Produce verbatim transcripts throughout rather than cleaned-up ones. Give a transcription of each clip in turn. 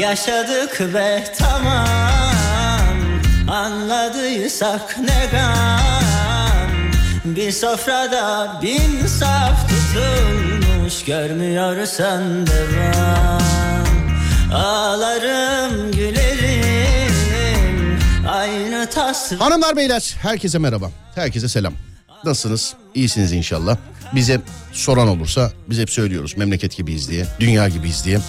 yaşadık ve tamam, anladıysak ne gam. Bir sofrada bin saf tutulmuş, görmüyorsan devam. Ağlarım gülerim aynı tas. Hanımlar beyler, herkese merhaba, herkese selam. Nasılsınız? İyisiniz inşallah. Bize soran olursa biz hep söylüyoruz memleket gibiyiz diye, dünya gibiyiz diye.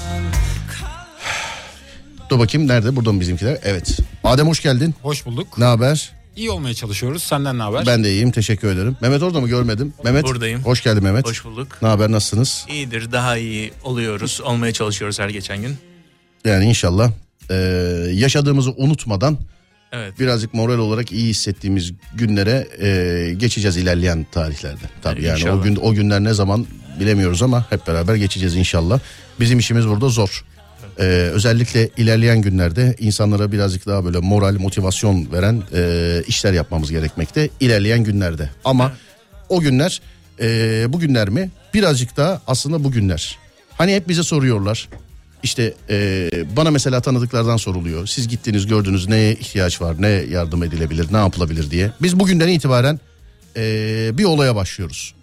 Dur bakayım, nerede? Burada mı bizimkiler? Evet. Adem hoş geldin. Hoş bulduk. Ne haber? İyi olmaya çalışıyoruz. Senden ne haber? Ben de iyiyim, teşekkür ederim. Mehmet orada mı, görmedim? Mehmet. Buradayım. Hoş geldin Mehmet. Hoş bulduk. Ne haber, nasılsınız? İyidir, daha iyi oluyoruz. Olmaya çalışıyoruz her geçen gün. Yani inşallah ee, yaşadığımızı unutmadan evet. birazcık moral olarak iyi hissettiğimiz günlere ee, geçeceğiz ilerleyen tarihlerde. Tabii yani, yani o gün o günler ne zaman bilemiyoruz ama hep beraber geçeceğiz inşallah. Bizim işimiz burada zor. Ee, özellikle ilerleyen günlerde insanlara birazcık daha böyle moral, motivasyon veren e, işler yapmamız gerekmekte ilerleyen günlerde. Ama evet. o günler e, bu günler mi? Birazcık daha aslında bu günler. Hani hep bize soruyorlar. İşte e, bana mesela tanıdıklardan soruluyor. Siz gittiniz, gördünüz, neye ihtiyaç var, ne yardım edilebilir, ne yapılabilir diye. Biz bugünden itibaren e, bir olaya başlıyoruz.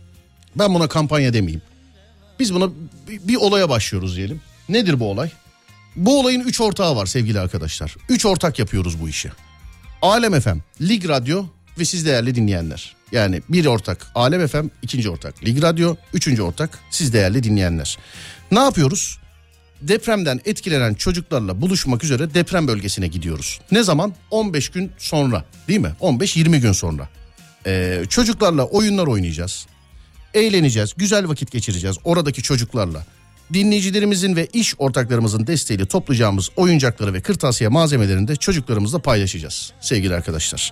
Ben buna kampanya demeyeyim. Biz buna bir, bir olaya başlıyoruz diyelim. Nedir bu olay? Bu olayın üç ortağı var sevgili arkadaşlar. Üç ortak yapıyoruz bu işi. Alem F M, Lig Radyo ve siz değerli dinleyenler. Yani bir ortak Alem F M, ikinci ortak Lig Radyo, üçüncü ortak siz değerli dinleyenler. Ne yapıyoruz? Depremden etkilenen çocuklarla buluşmak üzere deprem bölgesine gidiyoruz. Ne zaman? on beş gün sonra, değil mi? on beş yirmi gün sonra. Ee, çocuklarla oyunlar oynayacağız. Eğleneceğiz, güzel vakit geçireceğiz oradaki çocuklarla. Dinleyicilerimizin ve iş ortaklarımızın desteğiyle toplayacağımız oyuncakları ve kırtasiye malzemelerini de çocuklarımızla paylaşacağız sevgili arkadaşlar.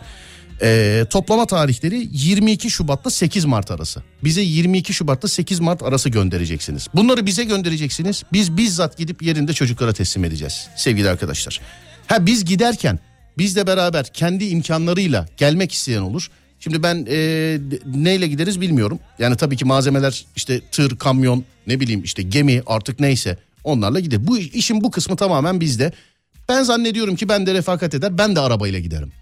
Ee, toplama tarihleri yirmi iki Şubat'ta sekiz Mart arası. Bize yirmi iki Şubat'ta sekiz Mart arası göndereceksiniz. Bunları bize göndereceksiniz. Biz bizzat gidip yerinde çocuklara teslim edeceğiz sevgili arkadaşlar. Ha biz giderken bizle beraber kendi imkanlarıyla gelmek isteyen olur. Şimdi ben e, neyle gideriz bilmiyorum. Yani tabii ki malzemeler işte tır, kamyon, ne bileyim işte gemi, artık neyse onlarla gider. Bu işin bu kısmı tamamen bizde. Ben zannediyorum ki ben de refakat eder, ben de arabayla giderim.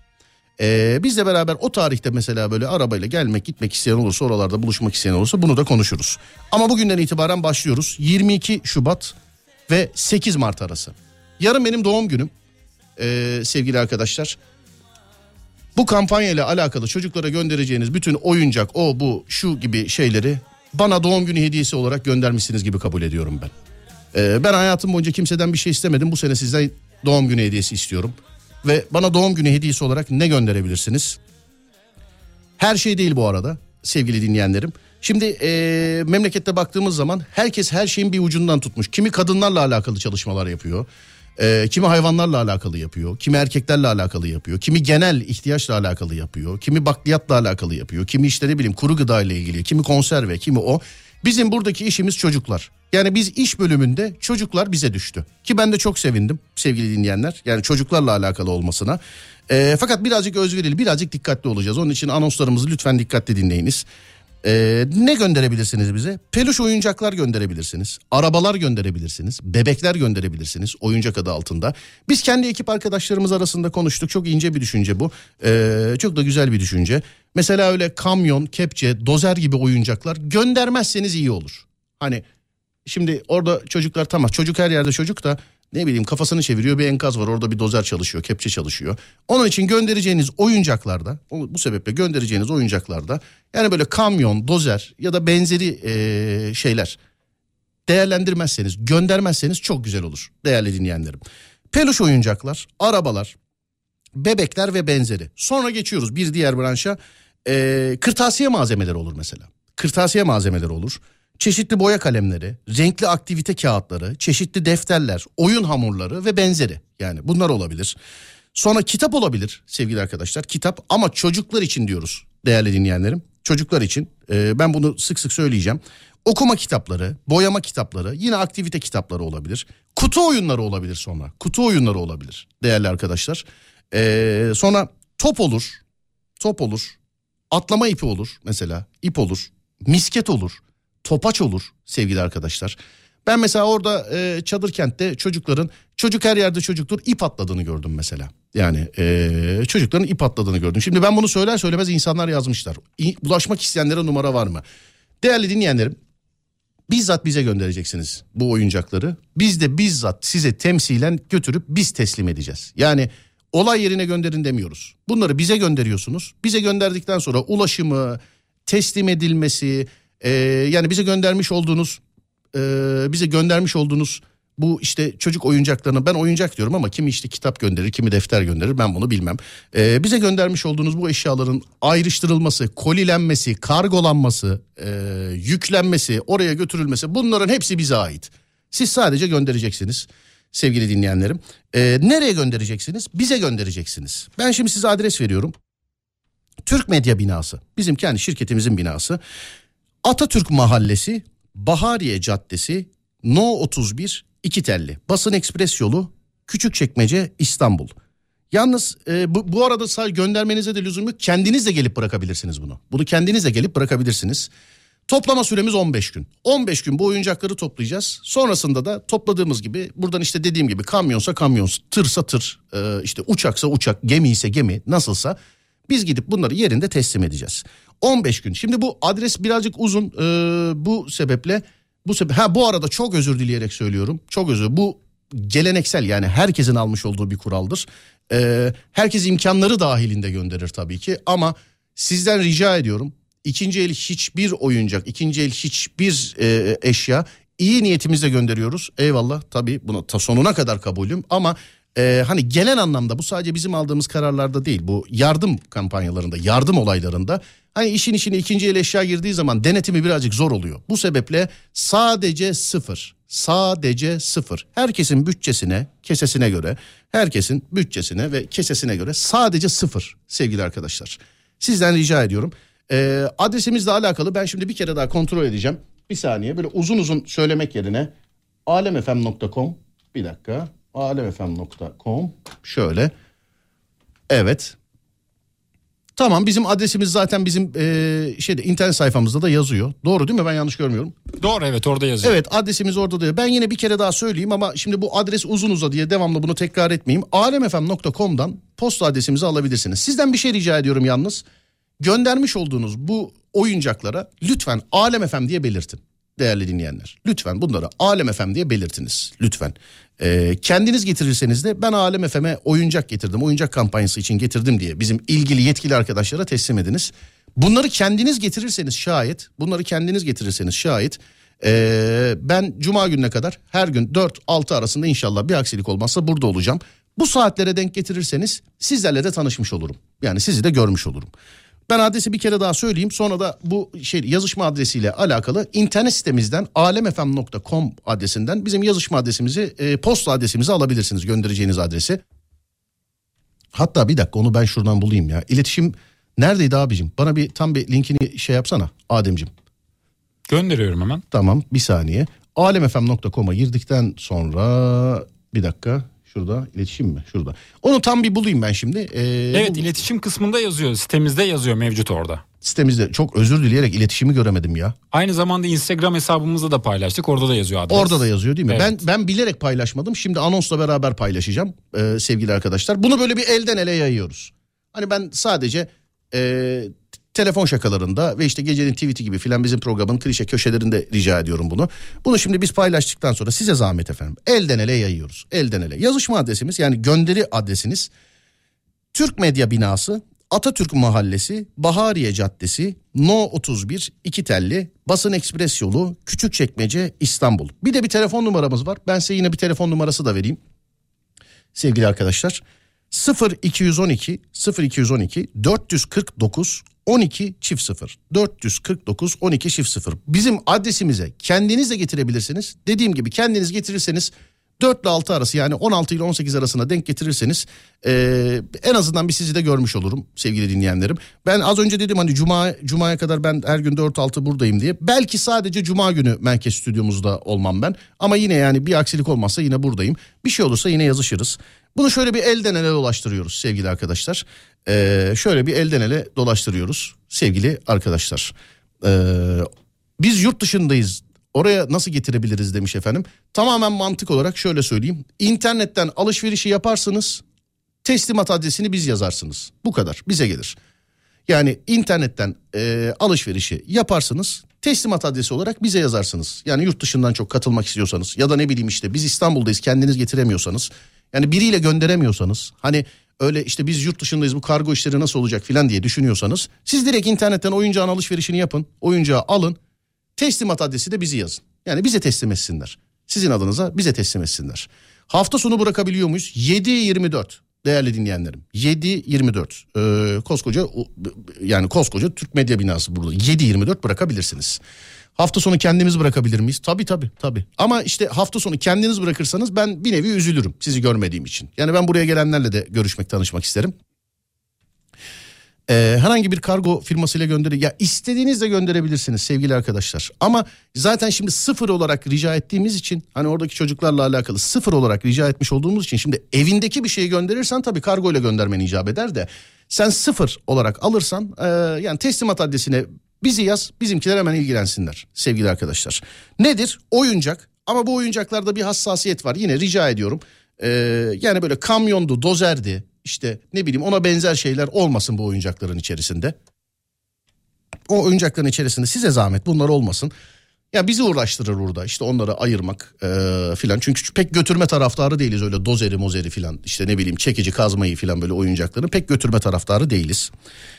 Ee, bizle beraber o tarihte mesela böyle arabayla gelmek gitmek isteyen olursa, oralarda buluşmak isteyen olursa bunu da konuşuruz. Ama bugünden itibaren başlıyoruz. yirmi iki Şubat ve sekiz Mart arası. Yarın benim doğum günüm ee, sevgili arkadaşlar. Bu kampanya ile alakalı çocuklara göndereceğiniz bütün oyuncak, o bu şu gibi şeyleri bana doğum günü hediyesi olarak göndermişsiniz gibi kabul ediyorum ben. Ee, ben hayatım boyunca kimseden bir şey istemedim. Bu sene sizden doğum günü hediyesi istiyorum. Ve bana doğum günü hediyesi olarak ne gönderebilirsiniz? Her şey değil bu arada sevgili dinleyenlerim. Şimdi e, memlekette baktığımız zaman herkes her şeyin bir ucundan tutmuş. Kimi kadınlarla alakalı çalışmalar yapıyor. E, kimi hayvanlarla alakalı yapıyor. Kimi erkeklerle alakalı yapıyor. Kimi genel ihtiyaçla alakalı yapıyor. Kimi bakliyatla alakalı yapıyor. Kimi işte ne bileyim kuru gıda ile ilgili. Kimi konserve, kimi o. Bizim buradaki işimiz çocuklar. Yani biz iş bölümünde çocuklar bize düştü. Ki ben de çok sevindim sevgili dinleyenler. Yani çocuklarla alakalı olmasına. E, fakat birazcık özverili, birazcık dikkatli olacağız. Onun için anonslarımızı lütfen dikkatli dinleyiniz. E, ne gönderebilirsiniz bize? Peluş oyuncaklar gönderebilirsiniz. Arabalar gönderebilirsiniz. Bebekler gönderebilirsiniz. Oyuncak adı altında. Biz kendi ekip arkadaşlarımız arasında konuştuk. Çok ince bir düşünce bu. E, çok da güzel bir düşünce. Mesela öyle kamyon, kepçe, dozer gibi oyuncaklar göndermezseniz iyi olur. Hani şimdi orada çocuklar, tamam çocuk her yerde çocuk da ne bileyim kafasını çeviriyor, bir enkaz var orada, bir dozer çalışıyor, kepçe çalışıyor. Onun için göndereceğiniz oyuncaklarda, bu sebeple göndereceğiniz oyuncaklarda yani böyle kamyon, dozer ya da benzeri ee, şeyler değerlendirmezseniz, göndermezseniz çok güzel olur değerli dinleyenlerim. Peluş oyuncaklar, arabalar, bebekler ve benzeri. Sonra geçiyoruz bir diğer branşa. Ee, kırtasiye malzemeleri olur mesela. Kırtasiye malzemeleri olur. Çeşitli boya kalemleri, renkli aktivite kağıtları, çeşitli defterler, oyun hamurları ve benzeri. Yani bunlar olabilir. Sonra kitap olabilir sevgili arkadaşlar. Kitap, ama çocuklar için diyoruz değerli dinleyenlerim. Çocuklar için e, ben bunu sık sık söyleyeceğim. Okuma kitapları, boyama kitapları, yine aktivite kitapları olabilir. Kutu oyunları olabilir sonra. Kutu oyunları olabilir değerli arkadaşlar. E, sonra top olur. Top olur. Atlama ipi olur mesela. İp olur. Misket olur. Topaç olur sevgili arkadaşlar. Ben mesela orada e, çadır kentte çocukların Çocuk her yerde çocuktur. İp atladığını gördüm mesela. Yani e, çocukların ip atladığını gördüm. Şimdi ben bunu söyler söylemez insanlar yazmışlar. Ulaşmak isteyenlere numara var mı? Değerli dinleyenlerim, bizzat bize göndereceksiniz bu oyuncakları. Biz de bizzat size temsilen götürüp biz teslim edeceğiz. Yani olay yerine gönderin demiyoruz. Bunları bize gönderiyorsunuz. Bize gönderdikten sonra ulaşımı, teslim edilmesi, e, yani bize göndermiş olduğunuz, e, bize göndermiş olduğunuz bu işte çocuk oyuncaklarını, ben oyuncak diyorum ama kimi işte kitap gönderir, kimi defter gönderir, ben bunu bilmem. Ee, bize göndermiş olduğunuz bu eşyaların ayrıştırılması, kolilenmesi, kargolanması, e, yüklenmesi, oraya götürülmesi, bunların hepsi bize ait. Siz sadece göndereceksiniz sevgili dinleyenlerim. Ee, nereye göndereceksiniz? Bize göndereceksiniz. Ben şimdi size adres veriyorum. Türk Medya binası, bizim kendi şirketimizin binası. Atatürk Mahallesi, Bahariye Caddesi, No otuz bir, İki telli. Basın Ekspres yolu, Küçükçekmece, İstanbul. Yalnız e, bu, bu arada sadece göndermenize de lüzum yok. Kendiniz de gelip bırakabilirsiniz bunu. Bunu kendiniz de gelip bırakabilirsiniz. Toplama süremiz on beş gün. on beş gün bu oyuncakları toplayacağız. Sonrasında da topladığımız gibi buradan işte dediğim gibi kamyonsa kamyon, tırsa tır, e, işte uçaksa uçak, gemi ise gemi, nasılsa biz gidip bunları yerinde teslim edeceğiz. on beş gün. Şimdi bu adres birazcık uzun. E, bu sebeple Bu sebeple ha bu arada çok özür dileyerek söylüyorum. Çok özür. Bu geleneksel, yani herkesin almış olduğu bir kuraldır. Ee, herkes imkanları dahilinde gönderir tabii ki, ama sizden rica ediyorum. İkinci el hiçbir oyuncak, ikinci el hiçbir e, eşya, iyi niyetimizle gönderiyoruz. Eyvallah, tabii buna ta sonuna kadar kabulüm, ama e, hani genel anlamda bu sadece bizim aldığımız kararlarda değil. Bu yardım kampanyalarında, yardım olaylarında hani işin içine ikinci el eşya girdiği zaman denetimi birazcık zor oluyor. Bu sebeple sadece sıfır, sadece sıfır. Herkesin bütçesine, kesesine göre, herkesin bütçesine ve kesesine göre sadece sıfır sevgili arkadaşlar. Sizden rica ediyorum. Ee, adresimizle alakalı ben şimdi bir kere daha kontrol edeceğim. Bir saniye, böyle uzun uzun söylemek yerine alemfm nokta com, bir dakika, alemfm nokta com, şöyle, evet. Tamam, bizim adresimiz zaten bizim e, şeyde internet sayfamızda da yazıyor. Doğru değil mi? Ben yanlış görmüyorum. Doğru, evet, orada yazıyor. Evet, adresimiz orada diyor. Ben yine bir kere daha söyleyeyim ama şimdi bu adres uzun uza diye devamlı bunu tekrar etmeyeyim. alemfm nokta com'dan posta adresimizi alabilirsiniz. Sizden bir şey rica ediyorum yalnız. Göndermiş olduğunuz bu oyuncaklara lütfen Alem F M diye belirtin. Değerli dinleyenler, lütfen bunları Alem F M diye belirtiniz lütfen. Ee, kendiniz getirirseniz de ben Alem F M'e oyuncak getirdim, oyuncak kampanyası için getirdim diye bizim ilgili yetkili arkadaşlara teslim ediniz. Bunları kendiniz getirirseniz şayet, bunları kendiniz getirirseniz şayet ee, ben Cuma gününe kadar her gün dört altı arasında inşallah bir aksilik olmazsa burada olacağım. Bu saatlere denk getirirseniz sizlerle de tanışmış olurum. Yani sizi de görmüş olurum. Ben adresi bir kere daha söyleyeyim, sonra da bu şey yazışma adresiyle alakalı internet sitemizden alemfm nokta com adresinden bizim yazışma adresimizi, e, posta adresimizi alabilirsiniz, göndereceğiniz adresi. Hatta bir dakika, onu ben şuradan bulayım ya. İletişim neredeydi abicim? Bana bir tam bir linkini şey yapsana Ademciğim. Gönderiyorum hemen. Tamam, bir saniye. alemfm nokta com'a girdikten sonra bir dakika. Şurada iletişim mi? Şurada. Onu tam bir bulayım ben şimdi. Ee, evet, bu... iletişim kısmında yazıyor. Sitemizde yazıyor, mevcut orada. Sitemizde, çok özür dileyerek iletişimi göremedim ya. Aynı zamanda Instagram hesabımızda da paylaştık. Orada da yazıyor adres. Orada da yazıyor değil mi? Evet. Ben ben bilerek paylaşmadım. Şimdi anonsla beraber paylaşacağım ee, sevgili arkadaşlar. Bunu böyle bir elden ele yayıyoruz. Hani ben sadece e, telefon şakalarında ve işte gecenin tweet'i gibi filan bizim programın klişe köşelerinde rica ediyorum bunu. Bunu şimdi biz paylaştıktan sonra size zahmet efendim. Elden ele yayıyoruz. Elden ele. Yazışma adresimiz, yani gönderi adresiniz Türk Medya binası, Atatürk Mahallesi, Bahariye Caddesi, No otuz bir, İki telli, Basın Ekspres yolu, Küçükçekmece, İstanbul. Bir de bir telefon numaramız var. Ben size yine bir telefon numarası da vereyim. Sevgili arkadaşlar, sıfır iki yüz on iki sıfır iki yüz on iki dört yüz kırk dokuz on iki çift sıfır dört yüz kırk dokuz on iki çift sıfır. Bizim adresimize kendiniz de getirebilirsiniz. Dediğim gibi kendiniz getirirseniz dört ile altı arası, yani on altı ile on sekiz arasına denk getirirseniz ee, en azından bir sizi de görmüş olurum sevgili dinleyenlerim. Ben az önce dedim hani cuma cumaya kadar ben her gün dört altı buradayım diye. Belki sadece cuma günü merkez stüdyomuzda olmam ben. Ama yine yani bir aksilik olmazsa yine buradayım. Bir şey olursa yine yazışırız. Bunu şöyle bir elden ele dolaştırıyoruz sevgili arkadaşlar. Ee, şöyle bir elden ele dolaştırıyoruz sevgili arkadaşlar. Ee, biz yurt dışındayız Oraya nasıl getirebiliriz demiş efendim. Tamamen mantık olarak şöyle söyleyeyim. İnternetten alışverişi yaparsınız. Teslimat adresini biz yazarsınız. Bu kadar, bize gelir. Yani internetten e, alışverişi yaparsınız. Teslimat adresi olarak bize yazarsınız. Yani yurt dışından çok katılmak istiyorsanız ya da ne bileyim işte biz İstanbul'dayız, kendiniz getiremiyorsanız. Yani biriyle gönderemiyorsanız, hani öyle işte biz yurt dışındayız, bu kargo işleri nasıl olacak filan diye düşünüyorsanız, siz direkt internetten oyuncağın alışverişini yapın. Oyuncağı alın. Teslimat adresi de bizi yazın. Yani bize teslim etsinler. Sizin adınıza bize teslim etsinler. Hafta sonu bırakabiliyor muyuz? yedi yirmi dört değerli dinleyenlerim. yedi yirmi dört ee, koskoca yani koskoca Türk Medya binası burada. yedi yirmi dört bırakabilirsiniz. Hafta sonu kendimiz bırakabilir miyiz? Tabii tabii tabii. Ama işte hafta sonu kendiniz bırakırsanız ben bir nevi üzülürüm sizi görmediğim için. Yani ben buraya gelenlerle de görüşmek, tanışmak isterim. Ee, herhangi bir kargo firmasıyla gönderir. Ya istediğinizle gönderebilirsiniz sevgili arkadaşlar. Ama zaten şimdi sıfır olarak rica ettiğimiz için, hani oradaki çocuklarla alakalı sıfır olarak rica etmiş olduğumuz için, şimdi evindeki bir şeyi gönderirsen tabii kargo ile göndermen icap eder de sen sıfır olarak alırsan e, yani teslimat adresine bizi yaz, bizimkiler hemen ilgilensinler sevgili arkadaşlar. Nedir? Oyuncak, ama bu oyuncaklarda bir hassasiyet var, yine rica ediyorum. Ee, yani böyle kamyondu, dozerdi, işte ne bileyim ona benzer şeyler olmasın bu oyuncakların içerisinde. O oyuncakların içerisinde size zahmet bunlar olmasın. Ya bizi uğraştırır burada işte onları ayırmak e, filan. Çünkü pek götürme taraftarı değiliz öyle dozeri mozeri filan. İşte ne bileyim çekici kazmayı filan böyle oyuncakların pek götürme taraftarı değiliz.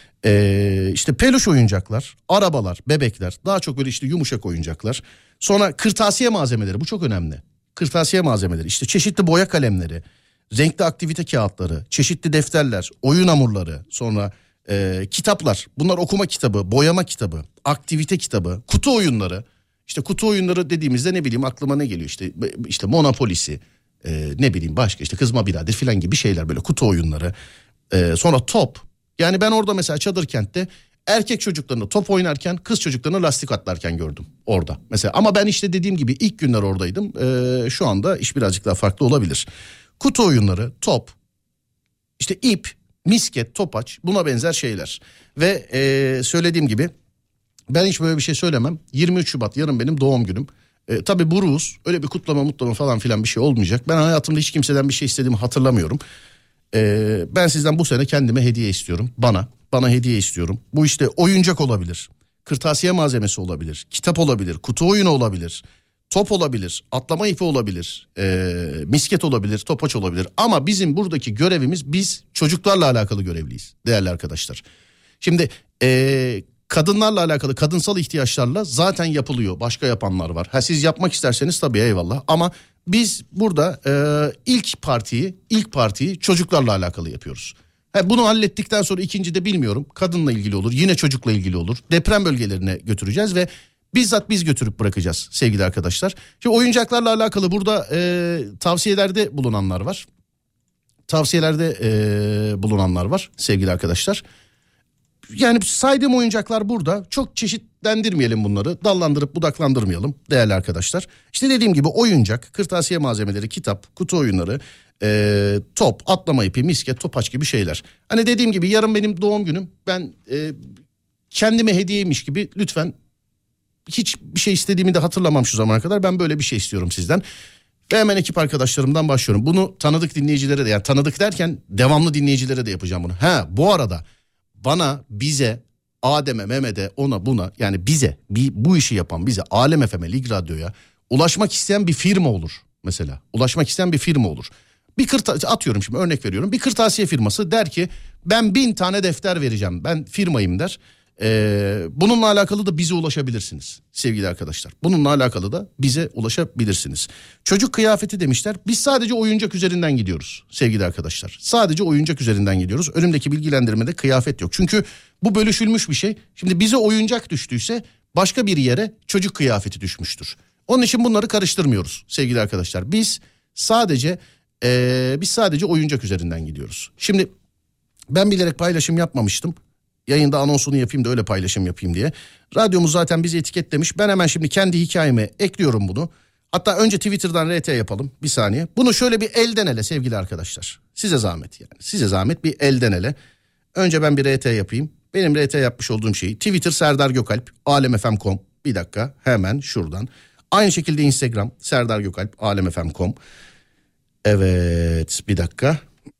Ee, işte peluş oyuncaklar, arabalar, bebekler, daha çok böyle işte yumuşak oyuncaklar. Sonra kırtasiye malzemeleri, bu çok önemli. Kırtasiye malzemeleri, işte çeşitli boya kalemleri, renkli aktivite kağıtları, çeşitli defterler, oyun hamurları, sonra e, kitaplar. Bunlar okuma kitabı, boyama kitabı, aktivite kitabı, kutu oyunları. İşte kutu oyunları dediğimizde ne bileyim aklıma ne geliyor, işte işte Monopoly'si, e, ne bileyim başka işte Kızma Birader filan gibi şeyler, böyle kutu oyunları. E, sonra top. Yani ben orada mesela Çadırkent'te erkek çocuklarını top oynarken, kız çocuklarını lastik atlarken gördüm orada mesela. Ama ben işte dediğim gibi ilk günler oradaydım. Ee, şu anda iş birazcık daha farklı olabilir. Kutu oyunları, top, işte ip, misket, topaç, buna benzer şeyler. Ve e, söylediğim gibi ben hiç böyle bir şey söylemem. yirmi üç Şubat yarın benim doğum günüm. E, tabii buruğuz, öyle bir kutlama mutlama falan filan bir şey olmayacak. Ben hayatımda hiç kimseden bir şey istediğimi hatırlamıyorum. Ee, ben sizden bu sene kendime hediye istiyorum. Bana, bana hediye istiyorum. Bu işte oyuncak olabilir, kırtasiye malzemesi olabilir, kitap olabilir, kutu oyunu olabilir, top olabilir, atlama ipi olabilir, ee, misket olabilir, topaç olabilir. Ama bizim buradaki görevimiz, biz çocuklarla alakalı görevliyiz değerli arkadaşlar. Şimdi ee, kadınlarla alakalı, kadınsal ihtiyaçlarla zaten yapılıyor. Başka yapanlar var. Ha siz yapmak isterseniz tabii eyvallah, ama biz burada e, ilk partiyi, ilk partiyi çocuklarla alakalı yapıyoruz. Ha, bunu hallettikten sonra ikinci de bilmiyorum. Kadınla ilgili olur, yine çocukla ilgili olur. Deprem bölgelerine götüreceğiz ve bizzat biz götürüp bırakacağız sevgili arkadaşlar. Şimdi oyuncaklarla alakalı burada e, tavsiyelerde bulunanlar var. Tavsiyelerde e, bulunanlar var sevgili arkadaşlar. Yani saydığım oyuncaklar burada. Çok çeşitlendirmeyelim bunları. Dallandırıp budaklandırmayalım değerli arkadaşlar. İşte dediğim gibi oyuncak, kırtasiye malzemeleri, kitap, kutu oyunları, e, top, atlama ipi, misket, topaç gibi şeyler. Hani dediğim gibi yarın benim doğum günüm. Ben e, kendime hediyeymiş gibi lütfen, hiçbir şey istediğimi de hatırlamam şu zamana kadar. Ben böyle bir şey istiyorum sizden. Ve hemen ekip arkadaşlarımdan başlıyorum. Bunu tanıdık dinleyicilere de, yani tanıdık derken devamlı dinleyicilere de yapacağım bunu. Ha bu arada bana, bize, Adem'e, Mehmet'e, ona buna, yani bize, bu işi yapan bize, Alem F M'e, Lig Radyo'ya ulaşmak isteyen bir firma olur mesela. Ulaşmak isteyen bir firma olur. Bir kırtasiye, atıyorum şimdi örnek veriyorum. Bir kırtasiye firması der ki ben bin tane defter vereceğim, ben firmayım der. Ee, bununla alakalı da bize ulaşabilirsiniz sevgili arkadaşlar. Bununla alakalı da bize ulaşabilirsiniz. Çocuk kıyafeti demişler. Biz sadece oyuncak üzerinden gidiyoruz sevgili arkadaşlar. Sadece oyuncak üzerinden gidiyoruz. Önümdeki bilgilendirmede kıyafet yok. Çünkü bu bölüşülmüş bir şey. Şimdi bize oyuncak düştüyse başka bir yere çocuk kıyafeti düşmüştür. Onun için bunları karıştırmıyoruz sevgili arkadaşlar. Biz sadece ee, biz sadece oyuncak üzerinden gidiyoruz. Şimdi ben bilerek paylaşım yapmamıştım. Yayında anonsunu yapayım da öyle paylaşım yapayım diye. Radyomuz zaten bizi etiketlemiş. Ben hemen şimdi kendi hikayeme ekliyorum bunu. Hatta önce Twitter'dan R T yapalım bir saniye. Bunu şöyle bir elden ele sevgili arkadaşlar. Size zahmet yani. Size zahmet bir elden ele. Önce ben bir R T yapayım. Benim R T yapmış olduğum şeyi Twitter Serdar Gökalp, alemfm nokta com. Bir dakika hemen şuradan. Aynı şekilde Instagram Serdar Gökalp alemfm nokta com. Evet bir dakika.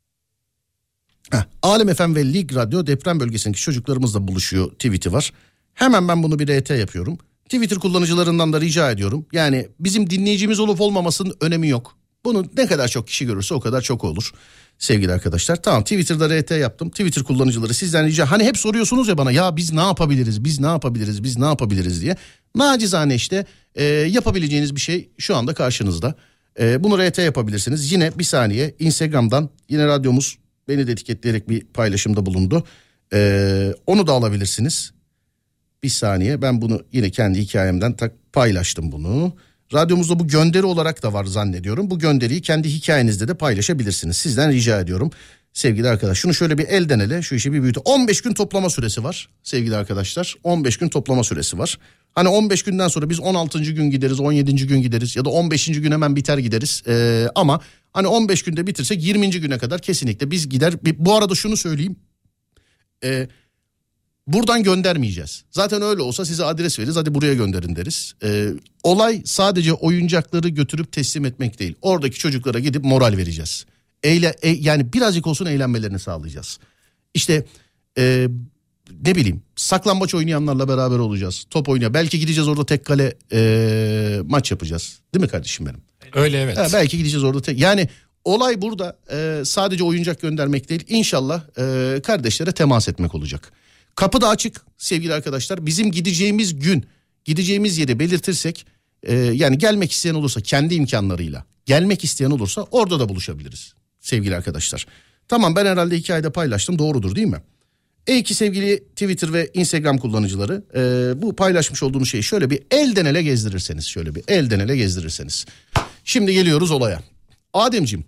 Heh, Alem F M ve Lig Radyo deprem bölgesindeki çocuklarımızla buluşuyor tweet'i var. Hemen ben bunu bir R T yapıyorum. Twitter kullanıcılarından da rica ediyorum. Yani bizim dinleyicimiz olup olmamasının önemi yok. Bunu ne kadar çok kişi görürse o kadar çok olur sevgili arkadaşlar. Tamam, Twitter'da R T yaptım. Twitter kullanıcıları sizden rica. Hani hep soruyorsunuz ya bana, ya biz ne yapabiliriz, biz ne yapabiliriz, biz ne yapabiliriz diye. Nacizane işte e, yapabileceğiniz bir şey şu anda karşınızda. E, bunu R T yapabilirsiniz. Yine bir saniye Instagram'dan yine radyomuz beni de etiketleyerek bir paylaşımda bulundu. E, onu da alabilirsiniz. Bir saniye, ben bunu yine kendi hikayemden tak paylaştım bunu. Radyomuzda bu gönderi olarak da var zannediyorum. Bu gönderiyi kendi hikayenizde de paylaşabilirsiniz. Sizden rica ediyorum sevgili arkadaş. Şunu şöyle bir elden ele, şu işi bir büyütü. on beş gün toplama süresi var sevgili arkadaşlar. on beş gün toplama süresi var. Hani on beş günden sonra biz on altıncı gün gideriz, on yedinci gün gideriz ya da on beşinci gün hemen biter gideriz. Ee, ama hani on beş günde bitirsek yirminci güne kadar kesinlikle biz gider. Bu arada şunu söyleyeyim. Ee, Buradan göndermeyeceğiz. Zaten öyle olsa size adres veririz, hadi buraya gönderin deriz. Ee, olay sadece oyuncakları götürüp teslim etmek değil. Oradaki çocuklara gidip moral vereceğiz. Eyle, e, yani birazcık olsun eğlenmelerini sağlayacağız. İşte e, ne bileyim saklambaç oynayanlarla beraber olacağız. Top oynaya. Belki gideceğiz orada tek kale e, maç yapacağız. Değil mi kardeşim benim? Öyle evet. Ha, belki gideceğiz orada tek. Yani olay burada e, sadece oyuncak göndermek değil. İnşallah e, kardeşlere temas etmek olacak. Kapı da açık sevgili arkadaşlar. Bizim gideceğimiz gün, gideceğimiz yeri belirtirsek, e, yani gelmek isteyen olursa kendi imkanlarıyla, gelmek isteyen olursa orada da buluşabiliriz sevgili arkadaşlar. Tamam, ben herhalde hikayede paylaştım, doğrudur değil mi? Ey ki sevgili Twitter ve Instagram kullanıcıları, e, bu paylaşmış olduğum şeyi şöyle bir elden ele gezdirirseniz, şöyle bir elden ele gezdirirseniz. Şimdi geliyoruz olaya. Ademciğim,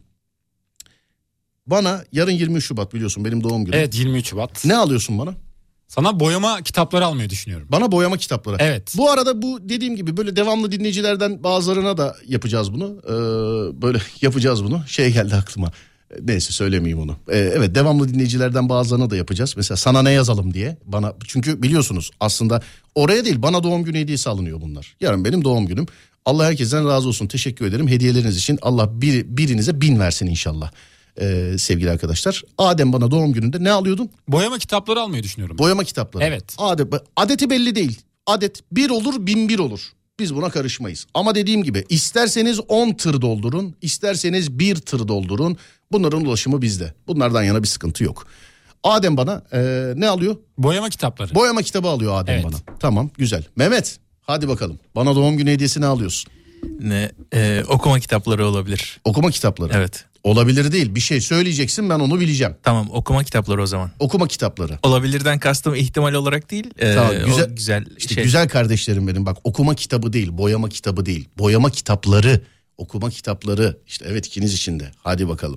bana yarın yirmi üç Şubat biliyorsun benim doğum günüm. Evet, yirmi üç Şubat. Ne alıyorsun bana? Sana boyama kitapları almayı düşünüyorum. Bana boyama kitapları. Evet. Bu arada bu dediğim gibi böyle devamlı dinleyicilerden bazılarına da yapacağız bunu. Ee, böyle yapacağız bunu. Şey geldi aklıma. Neyse söylemeyeyim onu. Ee, evet, devamlı dinleyicilerden bazılarına da yapacağız. Mesela sana ne yazalım diye bana. Çünkü biliyorsunuz aslında oraya değil, bana doğum günü hediyesi alınıyor bunlar. Yarın benim doğum günüm. Allah herkesten razı olsun. Teşekkür ederim hediyeleriniz için. Allah bir, birinize bin versin inşallah. Ee, sevgili arkadaşlar. Adem bana doğum gününde ne alıyordun? Boyama kitapları almayı düşünüyorum. Boyama kitapları. Evet. Adem, adeti belli değil. Adet bir olur, bin bir olur. Biz buna karışmayız. Ama dediğim gibi isterseniz on tır doldurun, isterseniz bir tır doldurun. Bunların ulaşımı bizde. Bunlardan yana bir sıkıntı yok. Adem bana e, ne alıyor? Boyama kitapları. Boyama kitabı alıyor Adem Evet. bana. Tamam, güzel. Mehmet, hadi bakalım. Bana doğum günü hediyesi ne alıyorsun? Ne e, okuma kitapları olabilir. Okuma kitapları. Evet. Olabilir değil. Bir şey söyleyeceksin, ben onu bileceğim. Tamam, okuma kitapları o zaman. Okuma kitapları. Olabilirden kastım ihtimal olarak değil. E, Tamam, güzel, o güzel işte şey. güzel kardeşlerim benim. Bak, okuma kitabı değil, boyama kitabı değil. Boyama kitapları, okuma kitapları. İşte evet, ikiniz için de. Hadi bakalım.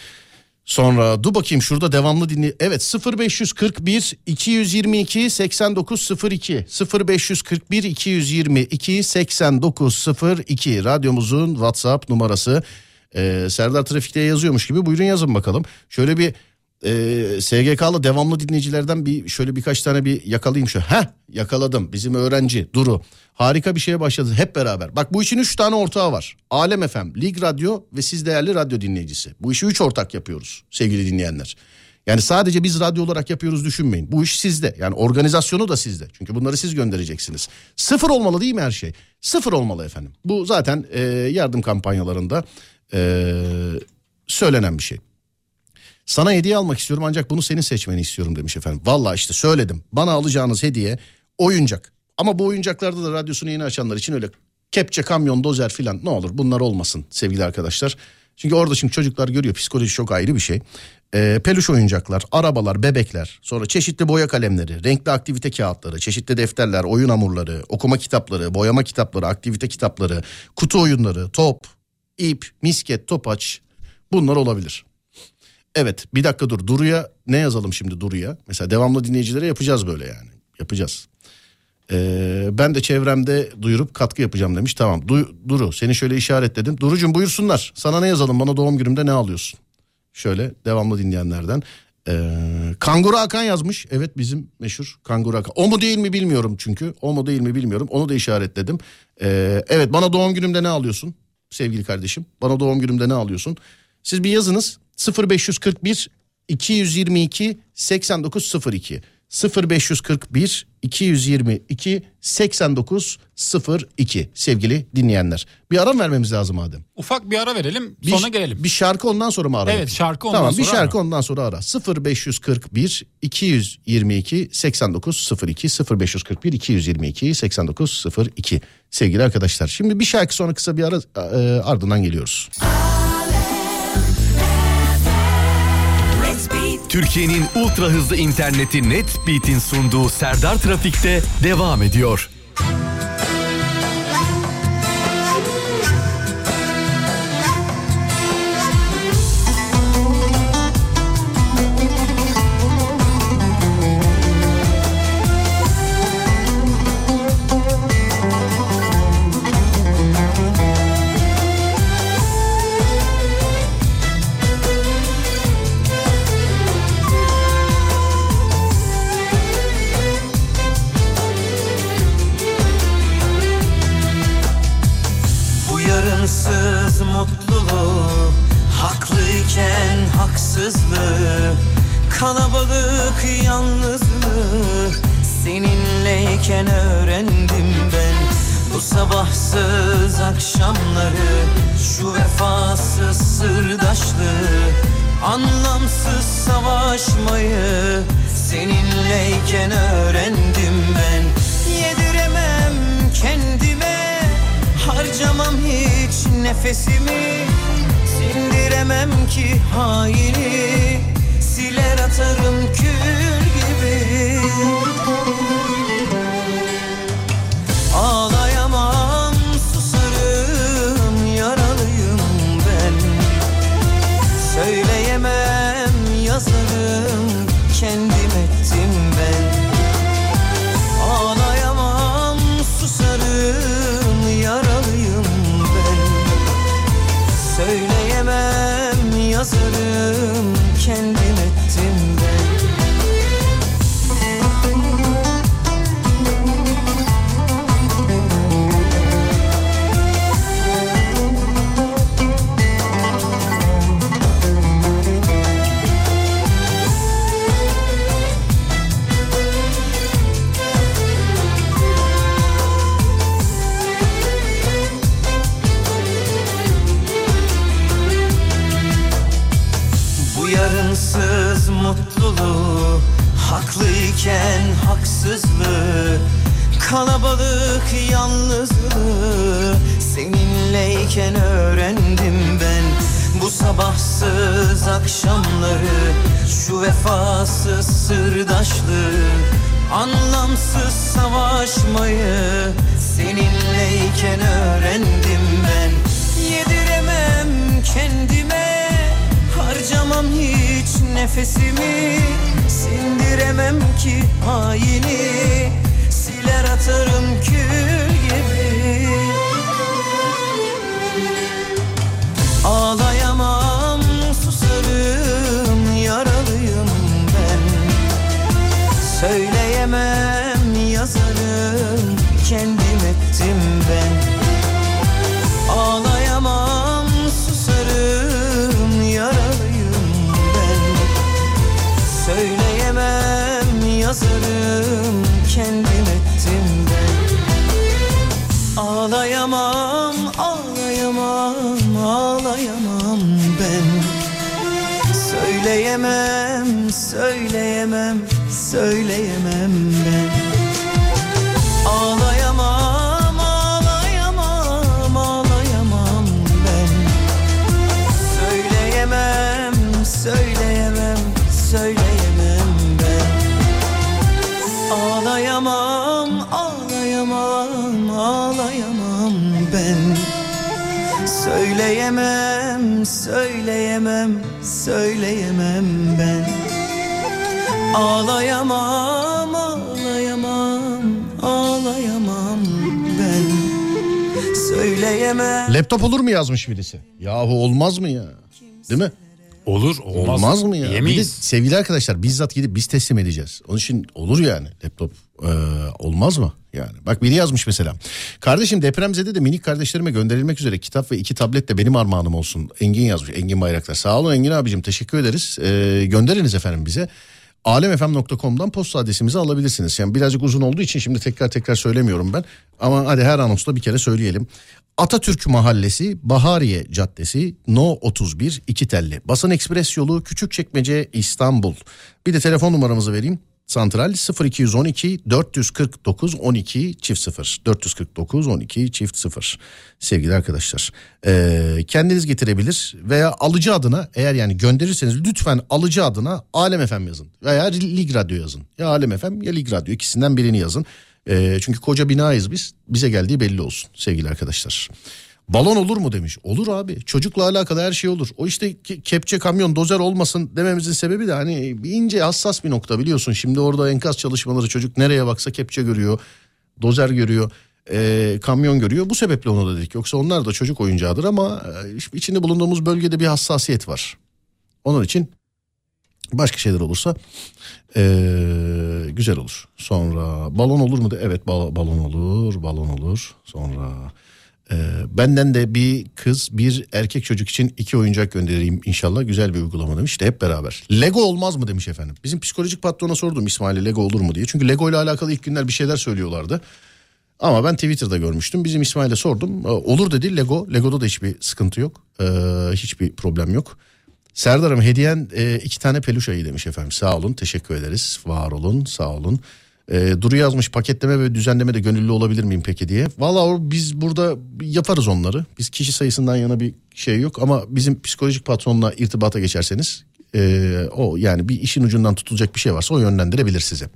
Sonra dur bakayım şurada devamlı dinle. Evet, sıfır beş kırk bir iki yüz yirmi iki seksen dokuz sıfır iki sıfır beş kırk bir iki yüz yirmi iki seksen dokuz sıfır iki radyomuzun WhatsApp numarası. Ee, Serdar Trafik'te yazıyormuş gibi, buyurun yazın bakalım. Şöyle bir e, S G K'lı devamlı dinleyicilerden bir şöyle birkaç tane bir yakalayayım şu. Heh, yakaladım, bizim öğrenci Duru. Harika bir şeye başladı hep beraber. Bak, bu işin üç tane ortağı var. Alem F M, Lig Radyo ve siz değerli radyo dinleyicisi. Bu işi üç ortak yapıyoruz sevgili dinleyenler. Yani sadece biz radyo olarak yapıyoruz düşünmeyin. Bu iş sizde. Yani organizasyonu da sizde. Çünkü bunları siz göndereceksiniz. Sıfır olmalı değil mi her şey? Sıfır olmalı efendim. Bu zaten e, yardım kampanyalarında e, söylenen bir şey. Sana hediye almak istiyorum ancak bunu senin seçmeni istiyorum demiş efendim. Vallahi işte söyledim. Bana alacağınız hediye oyuncak. Ama bu oyuncaklarda da radyosunu yeni açanlar için öyle kepçe, kamyon, dozer filan ne olur bunlar olmasın sevgili arkadaşlar. Çünkü orada şimdi çocuklar görüyor, psikoloji çok ayrı bir şey. Ee, peluş oyuncaklar, arabalar, bebekler, sonra çeşitli boya kalemleri, renkli aktivite kağıtları, çeşitli defterler, oyun hamurları, okuma kitapları, boyama kitapları, aktivite kitapları, kutu oyunları, top, ip, misket, topaç, bunlar olabilir. Evet, bir dakika dur, Duru'ya ne yazalım şimdi Duru'ya? Mesela devamlı dinleyicilere yapacağız böyle yani, yapacağız. Ee, ben de çevremde duyurup katkı yapacağım demiş. Tamam, Du- Duru seni şöyle işaretledim. Duru'cum buyursunlar, sana ne yazalım, bana doğum günümde ne alıyorsun? Şöyle devamlı dinleyenlerden. Ee, Kanguru Hakan yazmış. Evet, bizim meşhur Kanguru Hakan. O mu değil mi bilmiyorum çünkü. O mu değil mi bilmiyorum. Onu da işaretledim. Ee, evet, bana doğum günümde ne alıyorsun? Sevgili kardeşim, bana doğum günümde ne alıyorsun? Siz bir yazınız. sıfır beş kırk bir iki yüz yirmi iki seksen dokuz sıfır iki sıfır beş kırk bir iki yüz yirmi iki seksen dokuz sıfır iki sevgili dinleyenler. Bir ara vermemiz lazım Adem. Ufak bir ara verelim, bir, sonra gelelim. Bir şarkı ondan sonra mı ara? Evet, şarkı ondan tamam, sonra bir şarkı ara. ondan sonra ara. sıfır beş kırk bir iki yüz yirmi iki seksen dokuz sıfır iki sıfır beş kırk bir iki yüz yirmi iki seksen dokuz sıfır iki sevgili arkadaşlar. Şimdi bir şarkı sonra kısa bir ara, e, ardından geliyoruz. Türkiye'nin ultra hızlı interneti Netbeat'in sunduğu Serdar Trafik'te devam ediyor. Mutluluğu, haklıyken haksızlığı, kalabalık yalnızlığı seninleyken öğrendim ben. Bu sabahsız akşamları, şu vefasız sırdaşlığı, anlamsız savaşmayı seninleyken öğrendim ben. Yediremem kendime, harcamam hiç nefesimi, sindiremem ki haini, siler atarım kül gibi. Ağlayamam, susarım, yaralıyım ben. Söyleyemem, yazarım, kendim ettim ben. Ağlayamam, susarım, yaralıyım ben. Söyleyemem, yazarım, kendim ettim ben. Yarınsız mutluluğu, haklıyken haksızlığı, kalabalık yalnızlığı seninleyken öğrendim ben. Bu sabahsız akşamları, şu vefasız sırdaşlığı, anlamsız savaşmayı seninleyken öğrendim ben. Yediremem kendime, harcamam hiç nefesimi, sindiremem ki haini, siler atarım kül gibi. Ağlayamam, susarım, yaralıyım ben. Söyleyemem, yazarım, kendim ettim ben. Ağlayamam, susarım, yaralıyım ben. Söyleyemem, yazarım, kendim ettim ben. Ağlayamam, ağlayamam, ağlayamam ben. Söyleyemem, söyleyemem, söyleyemem ben. Ağlayamam, ağlayamam, ağlayamam ben. Söyleyemem, söyleyemem, söyleyemem ben. Ağlayamam, ağlayamam, ağlayamam ben. Söyleyemem, söyleyemem, söyleyemem ben. Ağlayamam, ağlayamam, ağlayamam ben. Söyleyemem. Laptop olur mu yazmış birisi? Yahu olmaz mı ya? Değil mi? Olur, olmaz. Olmaz mı ya? Yemeyiz. Bir de sevgili arkadaşlar bizzat gidip biz teslim edeceğiz. Onun için olur yani laptop e, olmaz mı? Yani bak biri yazmış mesela. Kardeşim depremzede de minik kardeşlerime gönderilmek üzere kitap ve iki tablet de benim armağanım olsun. Engin yazmış. Engin Bayraktar. Sağ olun Engin abicim, teşekkür ederiz. E, gönderiniz efendim bize. alemfm nokta com'dan posta adresimizi alabilirsiniz. Yani birazcık uzun olduğu için şimdi tekrar tekrar söylemiyorum ben. Ama hadi her anonsda bir kere söyleyelim. Atatürk Mahallesi, Bahariye Caddesi, No otuz bir, iki telli. Basın Ekspres yolu, Küçükçekmece, İstanbul. Bir de telefon numaramızı vereyim. Santral sıfır iki on iki dört kırk dokuz on iki çift sıfır dört kırk dokuz on iki çift sıfır. Sevgili arkadaşlar, ee, kendiniz getirebilir veya alıcı adına, eğer yani gönderirseniz lütfen alıcı adına Alem F M yazın veya Lig Radyo yazın. Ya Alem F M ya Lig Radyo, ikisinden birini yazın. E, çünkü koca binayız biz, bize geldiği belli olsun sevgili arkadaşlar. Balon olur mu demiş. Olur abi, çocukla alakalı her şey olur. O işte kepçe, kamyon, dozer olmasın dememizin sebebi de hani bir ince hassas bir nokta, biliyorsun. Şimdi orada enkaz çalışmaları, çocuk nereye baksa kepçe görüyor, dozer görüyor, e, kamyon görüyor. Bu sebeple onu da dedik. Yoksa onlar da çocuk oyuncağıdır ama e, içinde bulunduğumuz bölgede bir hassasiyet var. Onun için başka şeyler olursa ee, güzel olur. Sonra balon olur mu da, evet bal- balon olur, balon olur. Sonra e, benden de bir kız bir erkek çocuk için iki oyuncak göndereyim inşallah, güzel bir uygulama demiş de hep beraber. Lego olmaz mı demiş efendim. Bizim psikolojik patrona sordum İsmail'e Lego olur mu diye. Çünkü Lego ile alakalı ilk günler bir şeyler söylüyorlardı. Ama ben Twitter'da görmüştüm. Bizim İsmail'e sordum. Olur dedi Lego. Lego'da da hiçbir sıkıntı yok. Ee, hiçbir problem yok. Serdar'ım hediyen e, iki tane peluş ayı demiş efendim. Sağ olun, teşekkür ederiz. Var olun, sağ olun. E, Duru yazmış, paketleme ve düzenleme de gönüllü olabilir miyim peki diye. Valla biz burada yaparız onları. Biz kişi sayısından yana bir şey yok ama bizim psikolojik patronla irtibata geçerseniz e, o yani bir işin ucundan tutulacak bir şey varsa o yönlendirebilir sizi.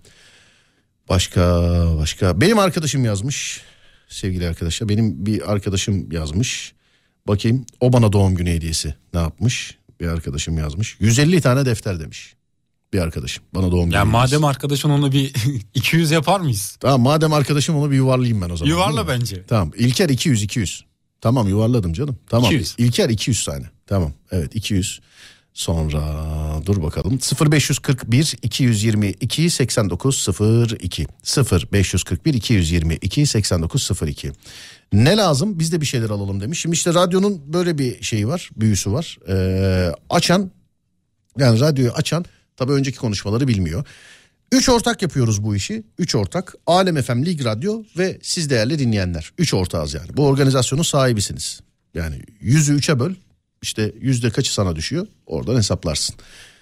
Başka başka benim arkadaşım yazmış sevgili arkadaşlar. Benim bir arkadaşım yazmış. Bakayım, o bana doğum günü hediyesi ne yapmış? Bir arkadaşım yazmış. yüz elli tane defter demiş. Bir arkadaşım bana doğum günü. Ya madem arkadaşın onu bir iki yüz yapar mıyız? Tamam, madem arkadaşım onu bir yuvarlayayım ben o zaman. Yuvarla bence. Tamam, İlker iki yüz iki yüz. Tamam, yuvarladım canım. Tamam. iki yüz. İlker iki yüz tane. Tamam. Evet, iki yüz. Sonra dur bakalım. sıfır beş kırk bir iki yüz yirmi iki seksen dokuz sıfır iki sıfır beş kırk bir iki yüz yirmi iki seksen dokuz sıfır iki. Ne lazım? Biz de bir şeyler alalım demiş. Şimdi işte radyonun böyle bir şeyi var, büyüsü var. Ee, açan, yani radyoyu açan tabii önceki konuşmaları bilmiyor. Üç ortak yapıyoruz bu işi. Üç ortak. Alem F M, Lig Radyo ve siz değerli dinleyenler. Üç ortağız yani. Bu organizasyonun sahibisiniz. Yani yüzü üçe böl. İşte yüzde kaçı sana düşüyor? Oradan hesaplarsın.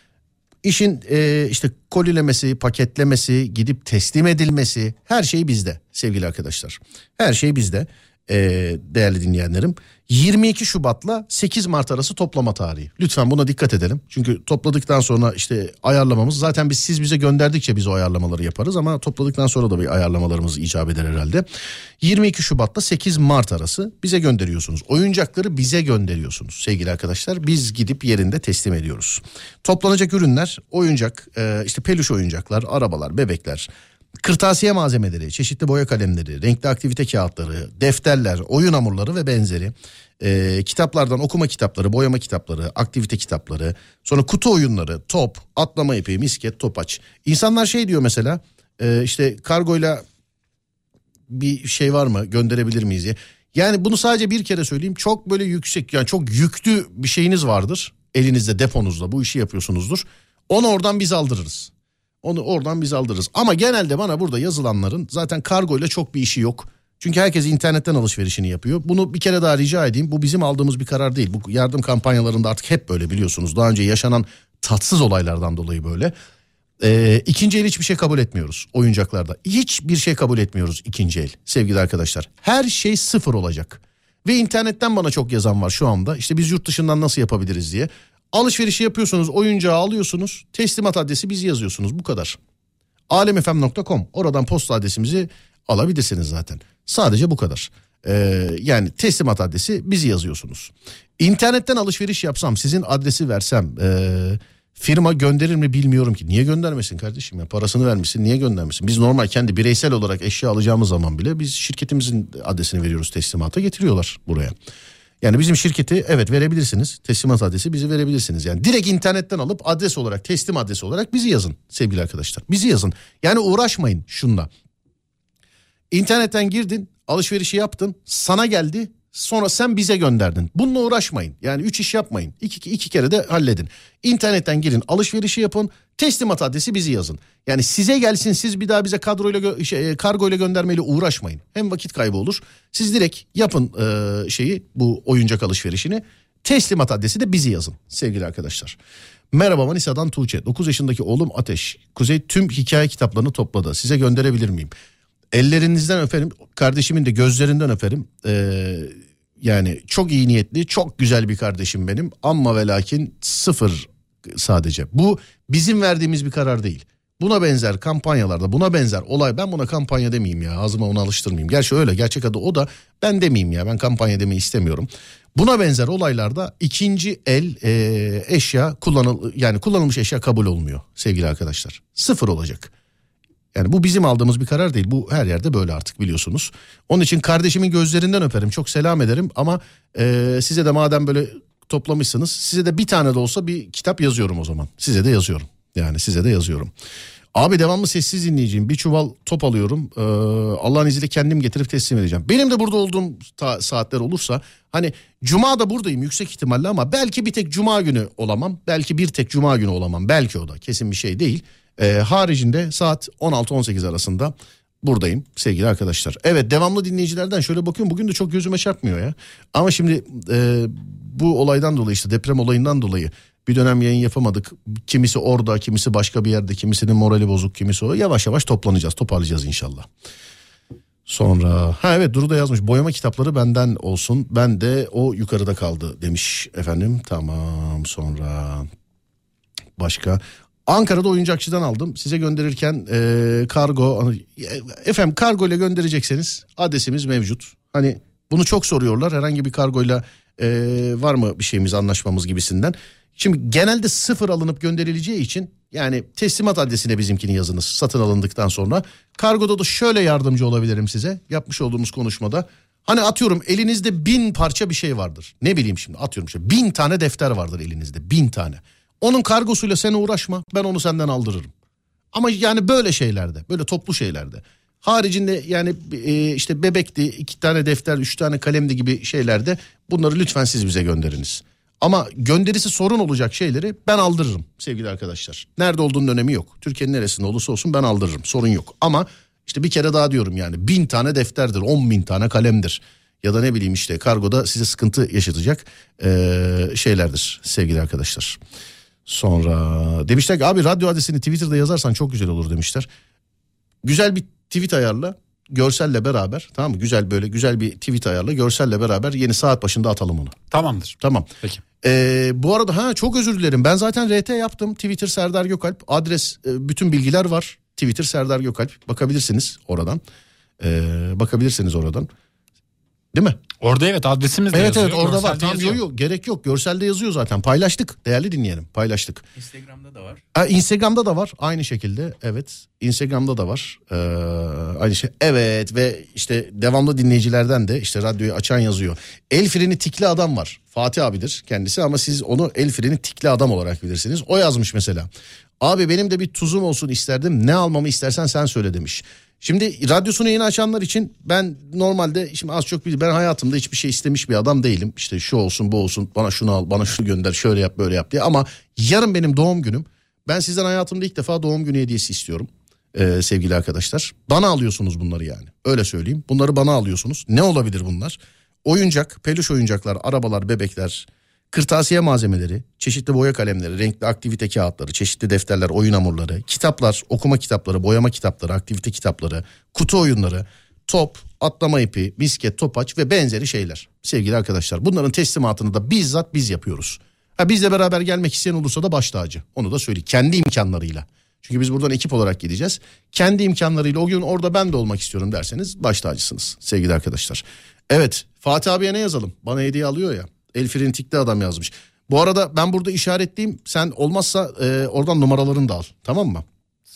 İşin e, işte kolilemesi, paketlemesi, gidip teslim edilmesi, her şey bizde sevgili arkadaşlar. Her şey bizde e, değerli dinleyenlerim. yirmi iki Şubat'la sekiz Mart arası toplama tarihi. Lütfen buna dikkat edelim. Çünkü topladıktan sonra işte ayarlamamız, zaten biz siz bize gönderdikçe biz o ayarlamaları yaparız ama topladıktan sonra da bir ayarlamalarımız icap eder herhalde. yirmi iki Şubat'la sekiz Mart arası bize gönderiyorsunuz. Oyuncakları bize gönderiyorsunuz sevgili arkadaşlar. Biz gidip yerinde teslim ediyoruz. Toplanacak ürünler oyuncak, işte peluş oyuncaklar, arabalar, bebekler, kırtasiye malzemeleri, çeşitli boya kalemleri, renkli aktivite kağıtları, defterler, oyun hamurları ve benzeri. Ee, kitaplardan okuma kitapları, boyama kitapları, aktivite kitapları, sonra kutu oyunları, top, atlama ipi, misket, topaç. İnsanlar şey diyor mesela, e, işte kargoyla bir şey var mı, gönderebilir miyiz diye. Yani bunu sadece bir kere söyleyeyim, çok böyle yüksek, yani çok yüklü bir şeyiniz vardır elinizde, deponuzda bu işi yapıyorsunuzdur. Onu oradan biz aldırırız. Onu oradan biz aldırırız. Ama genelde bana burada yazılanların zaten kargoyla çok bir işi yok. Çünkü herkes internetten alışverişini yapıyor. Bunu bir kere daha rica edeyim. Bu bizim aldığımız bir karar değil. Bu yardım kampanyalarında artık hep böyle, biliyorsunuz. Daha önce yaşanan tatsız olaylardan dolayı böyle. Ee, ikinci el hiçbir şey kabul etmiyoruz oyuncaklarda. Hiçbir şey kabul etmiyoruz ikinci el sevgili arkadaşlar. Her şey sıfır olacak. Ve internetten bana çok yazan var şu anda. İşte biz yurt dışından nasıl yapabiliriz diye. Alışverişi yapıyorsunuz, oyuncağı alıyorsunuz, teslimat adresi bizi yazıyorsunuz, bu kadar. alemfm nokta com, oradan posta adresimizi alabilirsiniz zaten. Sadece bu kadar. Ee, yani teslimat adresi bizi yazıyorsunuz. İnternetten alışveriş yapsam, sizin adresi versem, ee, firma gönderir mi bilmiyorum ki. Niye göndermesin kardeşim ya, parasını vermişsin, niye göndermesin? Biz normal kendi bireysel olarak eşya alacağımız zaman bile biz şirketimizin adresini veriyoruz, teslimata getiriyorlar buraya. Yani bizim şirketi evet verebilirsiniz. Teslimat adresi bizi verebilirsiniz. Yani direkt internetten alıp adres olarak, teslim adresi olarak bizi yazın sevgili arkadaşlar. Bizi yazın. Yani uğraşmayın şunla. İnternetten girdin, alışverişi yaptın, sana geldi. Sonra sen bize gönderdin. Bununla uğraşmayın. Yani üç iş yapmayın. İki, iki kere de halledin. İnternetten girin, alışverişi yapın. Teslimat adresi bizi yazın. Yani size gelsin, siz bir daha bize kadroyla gö- şey, kargoyla göndermeyle uğraşmayın. Hem vakit kaybı olur. Siz direkt yapın e, şeyi, bu oyuncak alışverişini. Teslimat adresi de bizi yazın sevgili arkadaşlar. Merhaba, Manisa'dan Tuğçe. dokuz yaşındaki oğlum Ateş. Kuzey tüm hikaye kitaplarını topladı. Size gönderebilir miyim? Ellerinizden öperim. Kardeşimin de gözlerinden öperim. Ee, yani çok iyi niyetli, çok güzel bir kardeşim benim. Amma ve lakin sıfır sadece. Bu bizim verdiğimiz bir karar değil. Buna benzer kampanyalarda, buna benzer olay, ben buna kampanya demeyeyim ya, ağzıma onu alıştırmayayım. Gerçi öyle, gerçek adı o da, ben demeyeyim ya, ben kampanya demeyi istemiyorum. Buna benzer olaylarda ikinci el e, eşya kullanıl yani kullanılmış eşya kabul olmuyor sevgili arkadaşlar. Sıfır olacak. Yani bu bizim aldığımız bir karar değil. Bu her yerde böyle artık, biliyorsunuz. Onun için kardeşimin gözlerinden öperim. Çok selam ederim ama e, size de madem böyle toplamışsınız, size de bir tane de olsa bir kitap yazıyorum o zaman. Size de yazıyorum. Yani size de yazıyorum. Abi devamlı sessiz dinleyeceğim. Bir çuval top alıyorum. Ee, Allah'ın izniyle kendim getirip teslim edeceğim. Benim de burada olduğum ta- saatler olursa, hani cuma da buradayım yüksek ihtimalle ama belki bir tek cuma günü olamam. Belki bir tek cuma günü olamam. Belki o da kesin bir şey değil. Ee, haricinde saat on altı on sekiz arasında buradayım sevgili arkadaşlar. Evet, devamlı dinleyicilerden şöyle bakıyorum, bugün de çok gözüme çarpmıyor ya. Ama şimdi e, bu olaydan dolayı, işte deprem olayından dolayı bir dönem yayın yapamadık. Kimisi orada, kimisi başka bir yerde, kimisinin morali bozuk, kimisi o. Yavaş yavaş toplanacağız, toparlayacağız inşallah. Sonra ha evet, Duru da yazmış, boyama kitapları benden olsun, ben de o yukarıda kaldı demiş efendim. Tamam, sonra başka... Ankara'da oyuncakçıdan aldım. Size gönderirken e, kargo... Efendim, kargo ile gönderecekseniz adresimiz mevcut. Hani bunu çok soruyorlar. Herhangi bir kargoyla e, var mı bir şeyimiz, anlaşmamız gibisinden. Şimdi genelde sıfır alınıp gönderileceği için yani teslimat adresine bizimkini yazınız satın alındıktan sonra. Kargoda da şöyle yardımcı olabilirim size yapmış olduğumuz konuşmada. Hani atıyorum elinizde bin parça bir şey vardır. Ne bileyim şimdi atıyorum işte bin tane defter vardır elinizde, bin tane. Onun kargosuyla sen uğraşma, ben onu senden aldırırım. Ama yani böyle şeylerde, böyle toplu şeylerde. Haricinde yani e, işte bebekti, iki tane defter, üç tane kalemdi gibi şeylerde bunları lütfen siz bize gönderiniz. Ama gönderisi sorun olacak şeyleri ben aldırırım sevgili arkadaşlar. Nerede olduğunun önemi yok. Türkiye'nin neresinde olursa olsun ben aldırırım, sorun yok. Ama işte bir kere daha diyorum, yani bin tane defterdir, on bin tane kalemdir. Ya da ne bileyim işte kargoda size sıkıntı yaşatacak e, şeylerdir sevgili arkadaşlar. Sonra demişler ki abi radyo adresini Twitter'da yazarsan çok güzel olur demişler. Güzel bir tweet ayarla, görselle beraber, tamam mı? Güzel, böyle güzel bir tweet ayarla, görselle beraber yeni saat başında atalım onu. Tamamdır. Tamam. Peki. Ee, bu arada ha çok özür dilerim, ben zaten R T yaptım. Twitter Serdar Gökalp, adres e, bütün bilgiler var. Twitter Serdar Gökalp, bakabilirsiniz oradan. Ee, bakabilirsiniz oradan. Değil mi? Orada evet adresimiz de evet, yazıyor. Evet orada var. Tamam, yazıyor. yok yok gerek yok. Görselde yazıyor zaten. Paylaştık. Değerli dinleyelim. Paylaştık. Instagram'da da var. Ha, Instagram'da da var aynı şekilde. Evet. Instagram'da da var. Ee, aynı şey. Evet, ve işte devamlı dinleyicilerden de işte radyoyu açan yazıyor. El freni tikli adam var. Fatih abidir kendisi ama siz onu el freni tikli adam olarak bilirsiniz. O yazmış mesela. Abi benim de bir tuzum olsun isterdim. Ne almamı istersen sen söyle demiş. Şimdi radyosunu yeni açanlar için ben normalde şimdi az çok biliyorum, ben hayatımda hiçbir şey istemiş bir adam değilim. İşte şu olsun bu olsun, bana şunu al, bana şunu gönder, şöyle yap böyle yap diye. Ama yarın benim doğum günüm, ben sizden hayatımda ilk defa doğum günü hediyesi istiyorum ee, sevgili arkadaşlar. Bana alıyorsunuz bunları, yani öyle söyleyeyim, bunları bana alıyorsunuz. Ne olabilir bunlar? Oyuncak, peluş oyuncaklar, arabalar, bebekler, kırtasiye malzemeleri, çeşitli boya kalemleri, renkli aktivite kağıtları, çeşitli defterler, oyun hamurları, kitaplar, okuma kitapları, boyama kitapları, aktivite kitapları, kutu oyunları, top, atlama ipi, misket, topaç ve benzeri şeyler sevgili arkadaşlar. Bunların teslimatını da bizzat biz yapıyoruz. Ha, bizle beraber gelmek isteyen olursa da baş tacı, onu da söyleyeyim, kendi imkanlarıyla. Çünkü biz buradan ekip olarak gideceğiz. Kendi imkanlarıyla o gün orada ben de olmak istiyorum derseniz baş tacısınız sevgili arkadaşlar. Evet, Fatih abiye ne yazalım? Bana hediye alıyor ya. El freni tikli adam yazmış. Bu arada ben burada işaretleyeyim. Sen olmazsa e, oradan numaralarını da al. Tamam mı?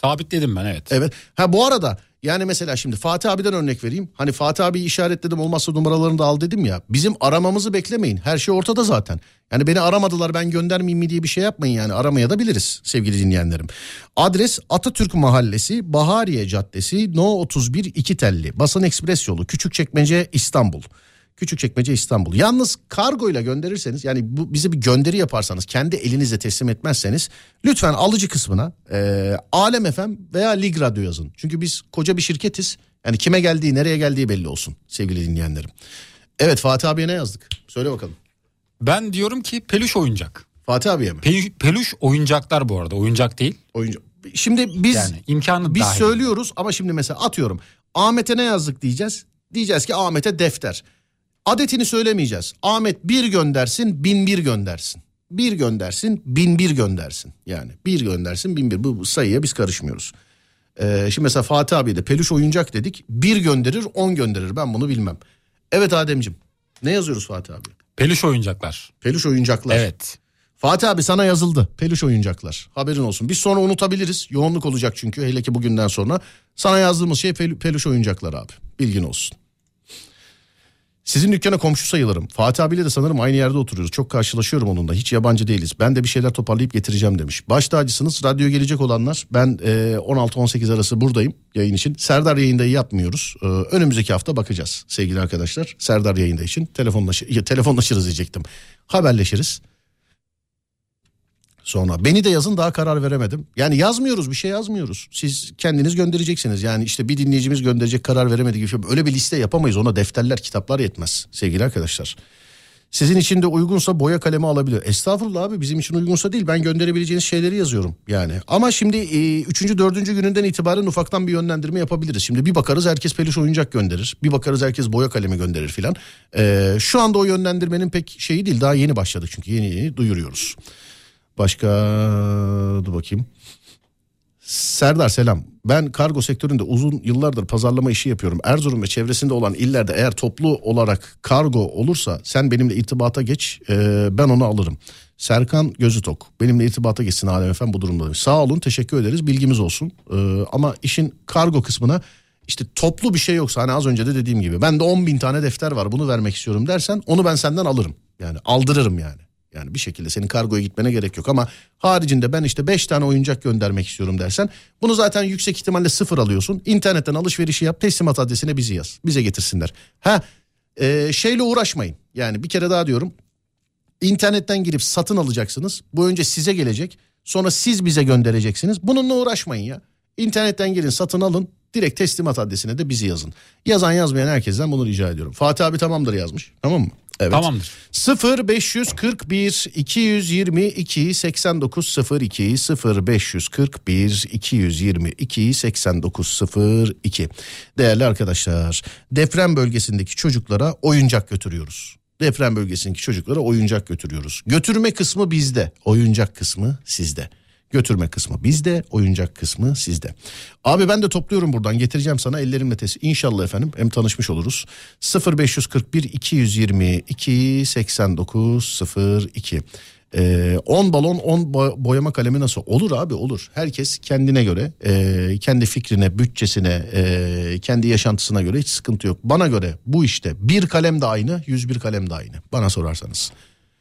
Sabitledim ben, evet. Evet. Ha bu arada yani mesela şimdi Fatih abiden örnek vereyim. Hani Fatih abiyi işaretledim, olmazsa numaralarını da al dedim ya. Bizim aramamızı beklemeyin. Her şey ortada zaten. Yani beni aramadılar, ben göndermeyeyim mi diye bir şey yapmayın yani. Aramaya da biliriz sevgili dinleyenlerim. Adres Atatürk Mahallesi, Bahariye Caddesi, No otuz bir iki Telli. Basın Ekspres Yolu, Küçükçekmece, İstanbul. Küçükçekmece, İstanbul. Yalnız kargoyla gönderirseniz, yani bu, bize bir gönderi yaparsanız, kendi elinizle teslim etmezseniz lütfen alıcı kısmına e, Alem F M veya Lig Radyo yazın. Çünkü biz koca bir şirketiz. Yani kime geldiği, nereye geldiği belli olsun sevgili dinleyenlerim. Evet, Fatih abiye ne yazdık? Söyle bakalım. Ben diyorum ki peluş oyuncak. Fatih abiye mi? Pe- peluş oyuncaklar bu arada, oyuncak değil. Oyuncak. Şimdi biz yani imkanı biz dahil. söylüyoruz ama şimdi mesela atıyorum Ahmet'e ne yazdık diyeceğiz. Diyeceğiz ki Ahmet'e defter. Adetini söylemeyeceğiz. Ahmet bir göndersin, bin bir göndersin. Bir göndersin, bin bir göndersin. Yani bir göndersin, bin bir. Bu sayıya biz karışmıyoruz. Ee, şimdi mesela Fatih abiye de peluş oyuncak dedik. Bir gönderir, on gönderir. Ben bunu bilmem. Evet Ademciğim. Ne yazıyoruz Fatih abi? Peluş oyuncaklar. Peluş oyuncaklar. Evet. Fatih abi sana yazıldı. Peluş oyuncaklar. Haberin olsun. Biz sonra unutabiliriz. Yoğunluk olacak çünkü. Hele ki bugünden sonra. Sana yazdığımız şey pel- peluş oyuncaklar abi. Bilgin olsun. Sizin dükkana komşu sayılırım. Fatih abiyle de sanırım aynı yerde oturuyoruz. Çok karşılaşıyorum onunla. Hiç yabancı değiliz. Ben de bir şeyler toparlayıp getireceğim demiş. Baş tacısınız. Radyoya gelecek olanlar. Ben e, on altı on sekiz arası buradayım yayın için. Serdar yayında yapmıyoruz. E, önümüzdeki hafta bakacağız sevgili arkadaşlar. Serdar yayında için telefonlaş ya, telefonlaşırız diyecektim. Haberleşiriz. Sonra beni de yazın, daha karar veremedim. Yani yazmıyoruz, bir şey yazmıyoruz. Siz kendiniz göndereceksiniz. Yani işte bir dinleyicimiz gönderecek, karar veremedi gibi. Öyle bir liste yapamayız. Ona defterler, kitaplar yetmez sevgili arkadaşlar. Sizin için de uygunsa boya kalemi alabilir. Estağfurullah abi, bizim için uygunsa değil. Ben gönderebileceğiniz şeyleri yazıyorum yani. Ama şimdi e, üçüncü dördüncü gününden itibaren ufaktan bir yönlendirme yapabiliriz. Şimdi bir bakarız herkes peluş oyuncak gönderir. Bir bakarız herkes boya kalemi gönderir filan. E, şu anda o yönlendirmenin pek şeyi değil. Daha yeni başladık çünkü yeni yeni duyuruyoruz. Başka, dur bakayım. Serdar selam. Ben kargo sektöründe uzun yıllardır pazarlama işi yapıyorum. Erzurum ve çevresinde olan illerde eğer toplu olarak kargo olursa sen benimle irtibata geç, e, ben onu alırım. Serkan Gözütok benimle irtibata geçsin Alem Efendim bu durumda demiş. Sağ olun, teşekkür ederiz, bilgimiz olsun. E, ama işin kargo kısmına işte toplu bir şey yoksa, hani az önce de dediğim gibi ben de on bin tane defter var bunu vermek istiyorum dersen onu ben senden alırım. Yani aldırırım yani. Yani bir şekilde senin kargoya gitmene gerek yok ama haricinde ben işte beş tane oyuncak göndermek istiyorum dersen bunu zaten yüksek ihtimalle sıfır alıyorsun. İnternetten alışverişi yap, teslimat adresine bizi yaz, bize getirsinler. Ha e, şeyle uğraşmayın yani, bir kere daha diyorum, internetten girip satın alacaksınız, bu önce size gelecek, sonra siz bize göndereceksiniz, bununla uğraşmayın ya. İnternetten girin, satın alın, direkt teslimat adresine de bizi yazın. Yazan yazmayan herkesten bunu rica ediyorum. Fatih abi tamamdır yazmış, tamam mı? Evet. Tamamdır. sıfır beş kırk bir iki yüz yirmi iki seksen dokuz sıfır iki sıfır beş kırk bir iki yüz yirmi iki seksen dokuz sıfır iki. Değerli arkadaşlar, deprem bölgesindeki çocuklara oyuncak götürüyoruz. Deprem bölgesindeki çocuklara oyuncak götürüyoruz. Götürme kısmı bizde, oyuncak kısmı sizde. Götürme kısmı bizde, oyuncak kısmı sizde. Abi ben de topluyorum buradan, getireceğim sana ellerimle test. İnşallah efendim, hem tanışmış oluruz. sıfır beş kırk bir iki yüz yirmi iki seksen dokuz sıfır iki. Ee, on balon on boyama kalemi nasıl? Olur abi, olur. Herkes kendine göre, e, kendi fikrine, bütçesine, e, kendi yaşantısına göre hiç sıkıntı yok. Bana göre bu işte bir kalem de aynı, yüz bir kalem de aynı. Bana sorarsanız.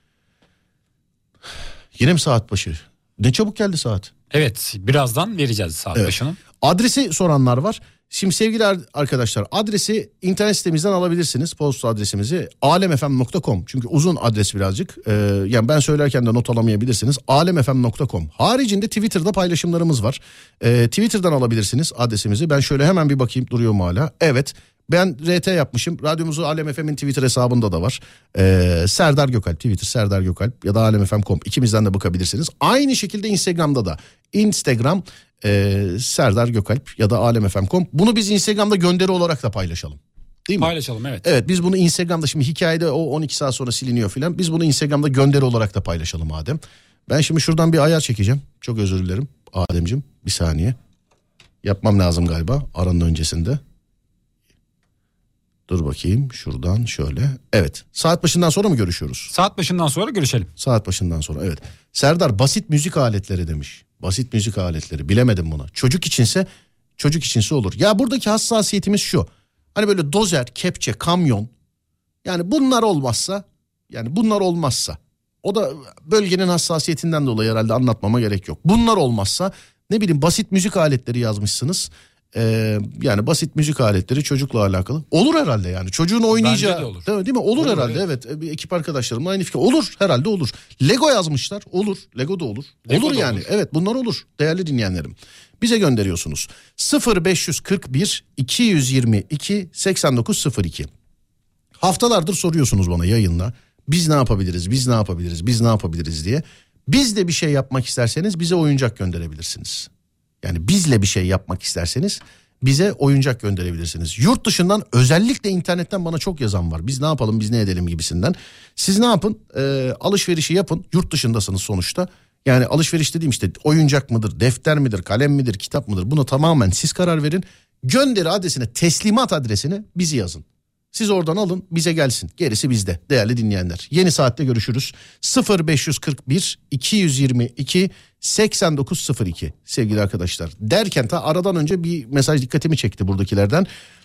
Yine mi saat başı? Ne çabuk geldi saat. Evet, birazdan vereceğiz saat evet. başını. Adresi soranlar var. Şimdi sevgili arkadaşlar, adresi internet sitemizden alabilirsiniz. Posta adresimizi alemfm nokta com. Çünkü uzun adres birazcık. Ee, yani ben söylerken de not alamayabilirsiniz. alemfm nokta com. Haricinde Twitter'da paylaşımlarımız var. Ee, Twitter'dan alabilirsiniz adresimizi. Ben şöyle hemen bir bakayım, duruyor mu hala? Evet. Ben R T yapmışım. Radyomuzu Alem F M'in Twitter hesabında da var. Ee, Serdar Gökalp, Twitter Serdar Gökalp ya da alemfm nokta com, ikimizden de bakabilirsiniz. Aynı şekilde Instagram'da da. Instagram e, Serdar Gökalp ya da alemfm nokta com. Bunu biz Instagram'da gönderi olarak da paylaşalım. Değil mi? Paylaşalım, evet. Evet, biz bunu Instagram'da, şimdi hikayede o on iki saat sonra siliniyor filan. Biz bunu Instagram'da gönderi olarak da paylaşalım Adem. Ben şimdi şuradan bir ayar çekeceğim. Çok özür dilerim Ademciğim. Bir saniye. Yapmam lazım galiba aranın öncesinde. Dur bakayım şuradan şöyle. Evet, saat başından sonra mı görüşüyoruz? Saat başından sonra görüşelim. Saat başından sonra, evet. Serdar basit müzik aletleri demiş. Basit müzik aletleri, bilemedim bunu. Çocuk içinse çocuk içinse olur. Ya buradaki hassasiyetimiz şu. Hani böyle dozer, kepçe, kamyon. Yani bunlar olmazsa, yani bunlar olmazsa. O da bölgenin hassasiyetinden dolayı herhalde anlatmama gerek yok. Bunlar olmazsa ne bileyim basit müzik aletleri yazmışsınız. Ee, yani basit müzik aletleri çocukla alakalı. Olur herhalde yani çocuğun oynayacağı. Bence de olur. Değil mi? Değil mi? Olur, Olur, herhalde evet. evet. Bir ekip arkadaşlarımla aynı fikir. Olur herhalde olur. Lego yazmışlar. Olur. Lego da olur. Lego olur da yani. olur. Evet bunlar olur değerli dinleyenlerim. Bize gönderiyorsunuz. sıfır beş kırk bir iki yüz yirmi iki seksen dokuz sıfır iki. Haftalardır soruyorsunuz bana yayında. Biz ne yapabiliriz? Biz ne yapabiliriz? Biz ne yapabiliriz diye. Biz de bir şey yapmak isterseniz bize oyuncak gönderebilirsiniz. Yani bizle bir şey yapmak isterseniz bize oyuncak gönderebilirsiniz. Yurt dışından özellikle internetten bana çok yazan var. Biz ne yapalım, biz ne edelim gibisinden. Siz ne yapın? Ee, alışverişi yapın. Yurt dışındasınız sonuçta. Yani alışveriş dediğim işte oyuncak mıdır, defter midir, kalem midir, kitap mıdır? Buna tamamen siz karar verin. Gönderi adresine, teslimat adresine bizi yazın. Siz oradan alın, bize gelsin. Gerisi bizde değerli dinleyenler. Yeni saatte görüşürüz. sıfır beş kırk bir iki yüz yirmi iki seksen dokuz sıfır iki sevgili arkadaşlar. Derken ta aradan önce bir mesaj dikkatimi çekti buradakilerden.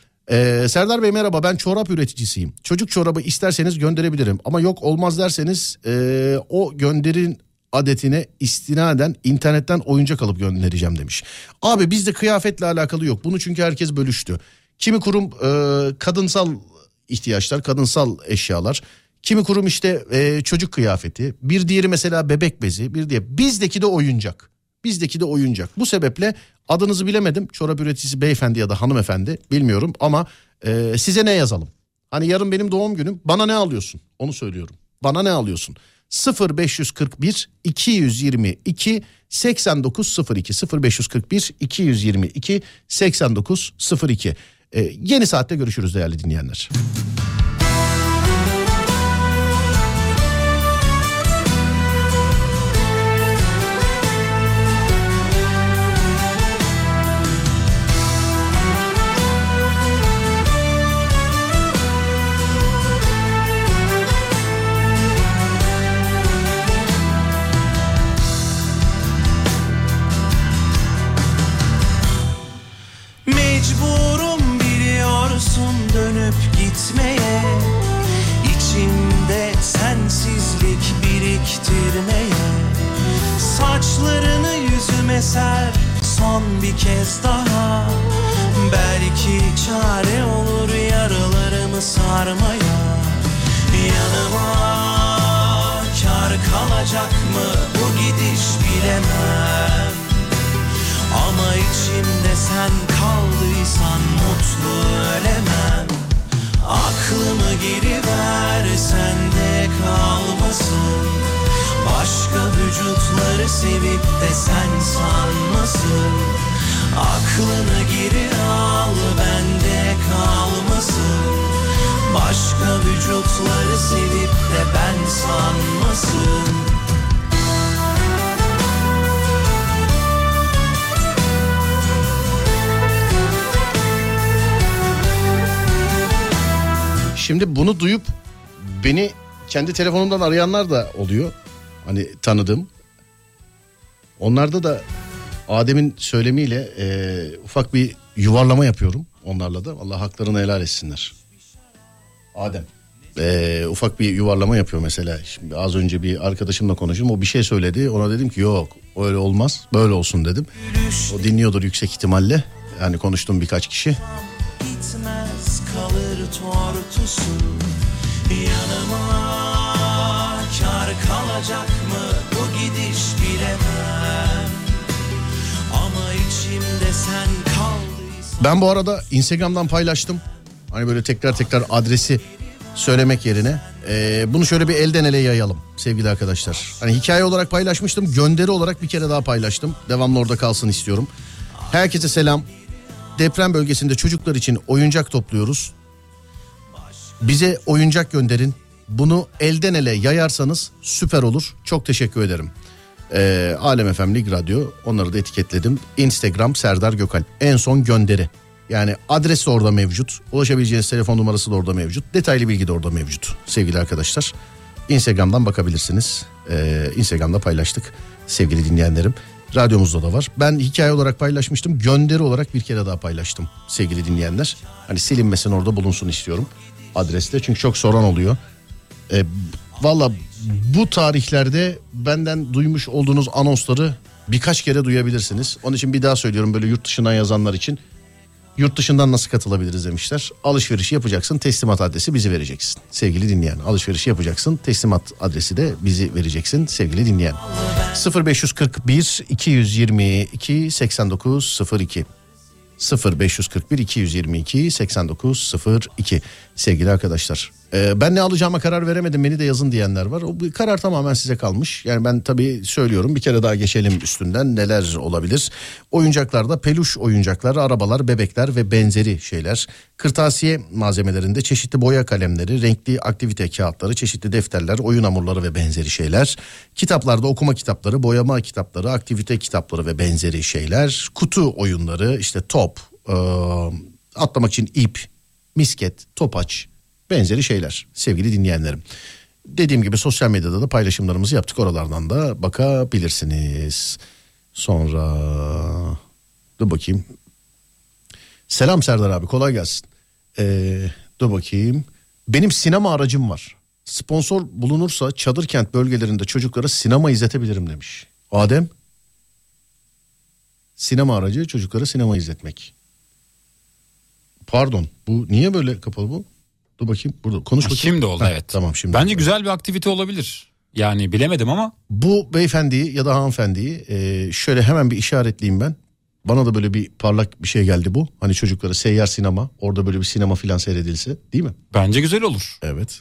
Ee, Serdar Bey merhaba, ben çorap üreticisiyim. Çocuk çorabı isterseniz gönderebilirim. Ama yok olmaz derseniz ee, o gönderin adetine istinaden internetten oyuncak alıp göndereceğim demiş. Abi bizde kıyafetle alakalı yok. Bunu çünkü herkes bölüştü. Kimi kurum e, kadınsal ihtiyaçlar, kadınsal eşyalar. Kimi kurum işte e, çocuk kıyafeti. Bir diğeri mesela bebek bezi. Bir diğeri bizdeki de oyuncak. Bizdeki de oyuncak. Bu sebeple adınızı bilemedim. Çorap üreticisi beyefendi ya da hanımefendi bilmiyorum ama e, size ne yazalım? Hani yarın benim doğum günüm, bana ne alıyorsun? Onu söylüyorum. Bana ne alıyorsun? sıfır beş kırk bir iki yüz yirmi iki seksen dokuz sıfır iki sıfır beş kırk bir iki yüz yirmi iki seksen dokuz sıfır iki. Ee, yeni saatte görüşürüz değerli dinleyenler. Mecburum biliyorsun dönüp gitmeye, İçimde sensizlik biriktirmeye. Saçlarını yüzüme ser son bir kez daha. Belki çare olur yaralarımı sarmaya. Yanıma kar kalacak mı bu gidiş bilemem. Ama içimde sen kaldıysan mutlu ölemem. Aklımı geri ver, sende kalmasın. Başka vücutları sevip de sen sanmasın. Aklını geri al, bende kalmasın. Başka vücutları sevip de ben sanmasın. Şimdi bunu duyup beni kendi telefonumdan arayanlar da oluyor. Hani tanıdığım. Onlarda da Adem'in söylemiyle e, ufak bir yuvarlama yapıyorum onlarla da. Allah haklarını helal etsinler. Adem. E, ufak bir yuvarlama yapıyor mesela. Şimdi az önce bir arkadaşımla konuştum. O bir şey söyledi. Ona dedim ki yok öyle olmaz. Böyle olsun dedim. O dinliyordur yüksek ihtimalle. Yani konuştum birkaç kişi. Gitmez kalır tortusun. Yanıma kar kalacak mı bu gidiş bilemem. Ama içimde sen kaldıysan. Ben bu arada Instagram'dan paylaştım. Hani böyle tekrar tekrar adresi söylemek yerine e, bunu şöyle bir elden ele yayalım sevgili arkadaşlar. Hani hikaye olarak paylaşmıştım, gönderi olarak bir kere daha paylaştım. Devamlı orada kalsın istiyorum. Herkese selam. Deprem bölgesinde çocuklar için oyuncak topluyoruz. Bize oyuncak gönderin. Bunu elden ele yayarsanız süper olur. Çok teşekkür ederim. Ee, Alem F M Lig Radyo, onları da etiketledim. Instagram Serdar Gökalp. En son gönderi. Yani adres de orada mevcut. Ulaşabileceğiniz telefon numarası da orada mevcut. Detaylı bilgi de orada mevcut sevgili arkadaşlar. Instagram'dan bakabilirsiniz. Ee, Instagram'da paylaştık sevgili dinleyenlerim. Radyomuzda da var. Ben hikaye olarak paylaşmıştım. Gönderi olarak bir kere daha paylaştım sevgili dinleyenler. Hani silinmesin, orada bulunsun istiyorum adreste. Çünkü çok soran oluyor. E, Valla bu tarihlerde benden duymuş olduğunuz anonsları birkaç kere duyabilirsiniz. Onun için bir daha söylüyorum, böyle yurt dışından yazanlar için. Yurt dışından nasıl katılabiliriz demişler. Alışverişi yapacaksın, teslimat adresi bizi vereceksin sevgili dinleyen. Alışverişi yapacaksın, teslimat adresi de bizi vereceksin sevgili dinleyen. sıfır beş kırk bir iki yüz yirmi iki seksen dokuz sıfır iki sıfır beş kırk bir iki yüz yirmi iki seksen dokuz sıfır iki sevgili arkadaşlar. Ee, ben ne alacağıma karar veremedim, beni de yazın diyenler var. O karar tamamen size kalmış. Yani ben tabii söylüyorum, bir kere daha geçelim üstünden, neler olabilir. Oyuncaklarda peluş oyuncaklar, arabalar, bebekler ve benzeri şeyler. Kırtasiye malzemelerinde çeşitli boya kalemleri, renkli aktivite kağıtları, çeşitli defterler, oyun hamurları ve benzeri şeyler. Kitaplarda okuma kitapları, boyama kitapları, aktivite kitapları ve benzeri şeyler. Kutu oyunları, işte top, e, atlamak için ip, misket, topaç, benzeri şeyler sevgili dinleyenlerim. Dediğim gibi sosyal medyada da paylaşımlarımızı yaptık, oralardan da bakabilirsiniz. Sonra dur bakayım. Selam Serdar abi, kolay gelsin. Ee, dur bakayım. Benim sinema aracım var. Sponsor bulunursa Çadırkent bölgelerinde çocuklara sinema izletebilirim demiş. Adem. Sinema aracı, çocuklara sinema izletmek. Pardon, bu niye böyle kapalı bu? Dur bakayım, burada konuş bakayım. Şimdi oldu, Heh, evet. Tamam, şimdi. Bence oldu. güzel bir aktivite olabilir. Yani bilemedim ama. Bu beyefendiyi ya da hanımefendiyi e, şöyle hemen bir işaretleyeyim ben. Bana da böyle bir parlak bir şey geldi bu. Hani çocuklara seyyar sinema, orada böyle bir sinema filan seyredilse, değil mi? Bence güzel olur. Evet.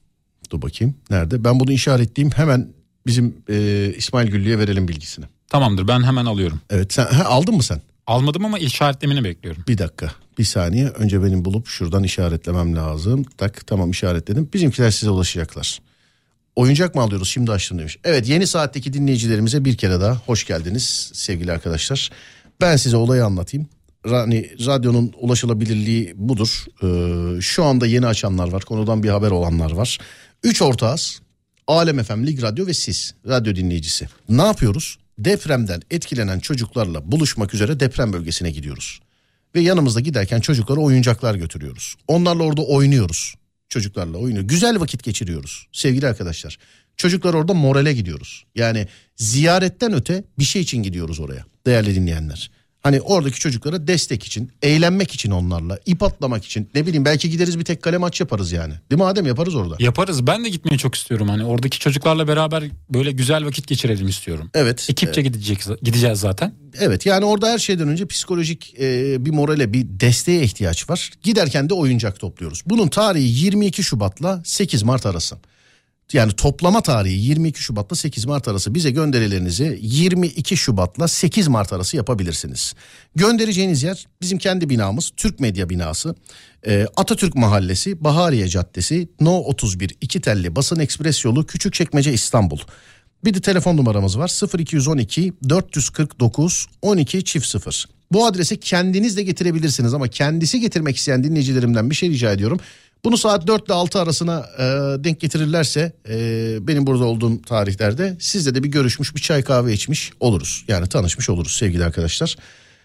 Dur bakayım, nerede? Ben bunu işaretleyeyim, hemen bizim e, İsmail Güllü'ye verelim bilgisini. Tamamdır, ben hemen alıyorum. Evet, sen he, aldın mı sen? Almadım ama işaretlemeni bekliyorum. Bir dakika, bir saniye, önce benim bulup şuradan işaretlemem lazım. Tak, tamam, işaretledim. Bizimkiler size ulaşacaklar. Oyuncak mı alıyoruz şimdi açtım demiş. Evet, yeni saatteki dinleyicilerimize bir kere daha hoş geldiniz sevgili arkadaşlar. Ben size olayı anlatayım. Hani radyonun ulaşılabilirliği budur. Ee, şu anda yeni açanlar var, konudan bir haber olanlar var. Üç ortağız. Alem F M, Lig Radyo ve siz, radyo dinleyicisi. Ne yapıyoruz? Depremden etkilenen çocuklarla buluşmak üzere deprem bölgesine gidiyoruz. Ve yanımızda giderken çocuklara oyuncaklar götürüyoruz. Onlarla orada oynuyoruz. Çocuklarla oynuyor. Güzel vakit geçiriyoruz sevgili arkadaşlar. Çocuklar orada morale gidiyoruz. Yani ziyaretten öte bir şey için gidiyoruz oraya değerli dinleyenler. Hani oradaki çocuklara destek için, eğlenmek için, onlarla ip atlamak için, ne bileyim, belki gideriz bir tek kale maç yaparız yani. Değil mi Adem, yaparız orada. Yaparız, ben de gitmeyi çok istiyorum. Hani oradaki çocuklarla beraber böyle güzel vakit geçirelim istiyorum. Evet. Ekipçe e- gidecek, gideceğiz zaten. Evet, yani orada her şeyden önce psikolojik e, bir morale, bir desteğe ihtiyaç var. Giderken de oyuncak topluyoruz. Bunun tarihi yirmi iki Şubat'la sekiz Mart arası. Yani toplama tarihi yirmi iki Şubat'la sekiz Mart arası. Bize gönderilerinizi yirmi iki Şubat'la sekiz Mart arası yapabilirsiniz. Göndereceğiniz yer bizim kendi binamız, Türk Medya binası. Ee, Atatürk Mahallesi, Bahariye Caddesi, No otuz bir, iki telli basın ekspres yolu, Küçükçekmece, İstanbul. Bir de telefon numaramız var, sıfır iki on iki dört kırk dokuz on iki çift sıfır. Bu adrese kendiniz de getirebilirsiniz ama kendisi getirmek isteyen dinleyicilerimden bir şey rica ediyorum. Bunu saat dört ile altı arasına e, denk getirirlerse e, benim burada olduğum tarihlerde sizle de bir görüşmüş, bir çay kahve içmiş oluruz. Yani tanışmış oluruz sevgili arkadaşlar.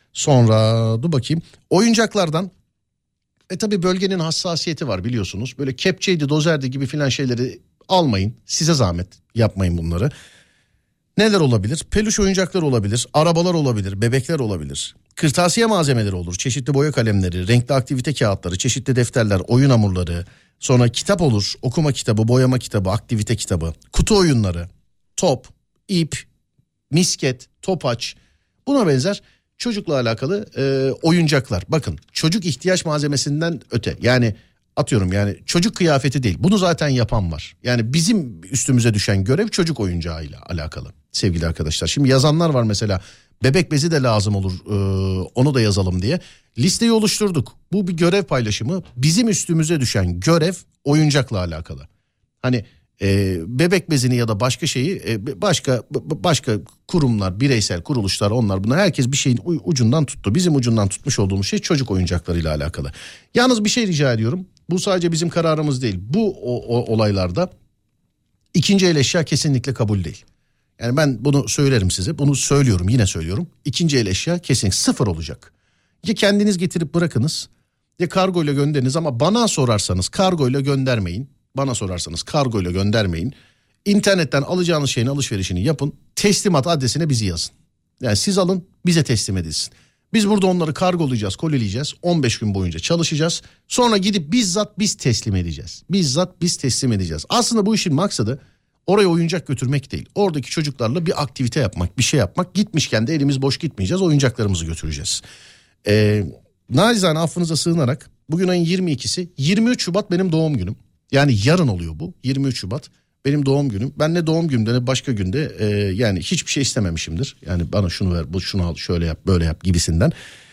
Sonra dur bakayım, oyuncaklardan e tabi bölgenin hassasiyeti var biliyorsunuz. Böyle kepçeydi, dozerdi gibi filan şeyleri almayın, size zahmet, yapmayın bunları. Neler olabilir? Peluş oyuncaklar olabilir, arabalar olabilir, bebekler olabilir. Kırtasiye malzemeleri olur, çeşitli boya kalemleri, renkli aktivite kağıtları, çeşitli defterler, oyun hamurları. Sonra kitap olur, okuma kitabı, boyama kitabı, aktivite kitabı, kutu oyunları, top, ip, misket, topaç, buna benzer çocukla alakalı e, oyuncaklar. Bakın, çocuk ihtiyaç malzemesinden öte, yani atıyorum, yani çocuk kıyafeti değil, bunu zaten yapan var. Yani bizim üstümüze düşen görev çocuk oyuncağıyla alakalı sevgili arkadaşlar. Şimdi yazanlar var mesela, bebek bezi de lazım olur, ee, onu da yazalım diye. Listeyi oluşturduk. Bu bir görev paylaşımı. Bizim üstümüze düşen görev oyuncakla alakalı. Hani e, bebek bezini ya da başka şeyi e, başka başka kurumlar, bireysel kuruluşlar, onlar bunlar, herkes bir şeyin ucundan tuttu. Bizim ucundan tutmuş olduğumuz şey çocuk oyuncaklarıyla alakalı. Yalnız bir şey rica ediyorum. Bu sadece bizim kararımız değil. Bu o, o, olaylarda ikinci el eşya kesinlikle kabul değil. Yani ben bunu söylerim size. Bunu söylüyorum, yine söylüyorum. İkinci el eşya kesinlikle sıfır olacak. Ya kendiniz getirip bırakınız ya kargoyla gönderiniz, ama bana sorarsanız kargoyla göndermeyin. Bana sorarsanız kargoyla göndermeyin. İnternetten alacağınız şeyin alışverişini yapın. Teslimat adresine bizi yazın. Yani siz alın, bize teslim edilsin. Biz burada onları kargolayacağız, kolileyeceğiz. on beş gün boyunca çalışacağız. Sonra gidip bizzat biz teslim edeceğiz. Bizzat biz teslim edeceğiz. Aslında bu işin maksadı oraya oyuncak götürmek değil. Oradaki çocuklarla bir aktivite yapmak, bir şey yapmak. Gitmişken de elimiz boş gitmeyeceğiz. Oyuncaklarımızı götüreceğiz. Ee, nacizane affınıza sığınarak bugün ayın yirmi ikisi. yirmi üç Şubat benim doğum günüm. Yani yarın oluyor bu. yirmi üç Şubat benim doğum günüm. Ben ne doğum günümde ne başka günde e, yani hiçbir şey istememişimdir. Yani bana şunu ver, bu şunu al, şöyle yap, böyle yap gibisinden.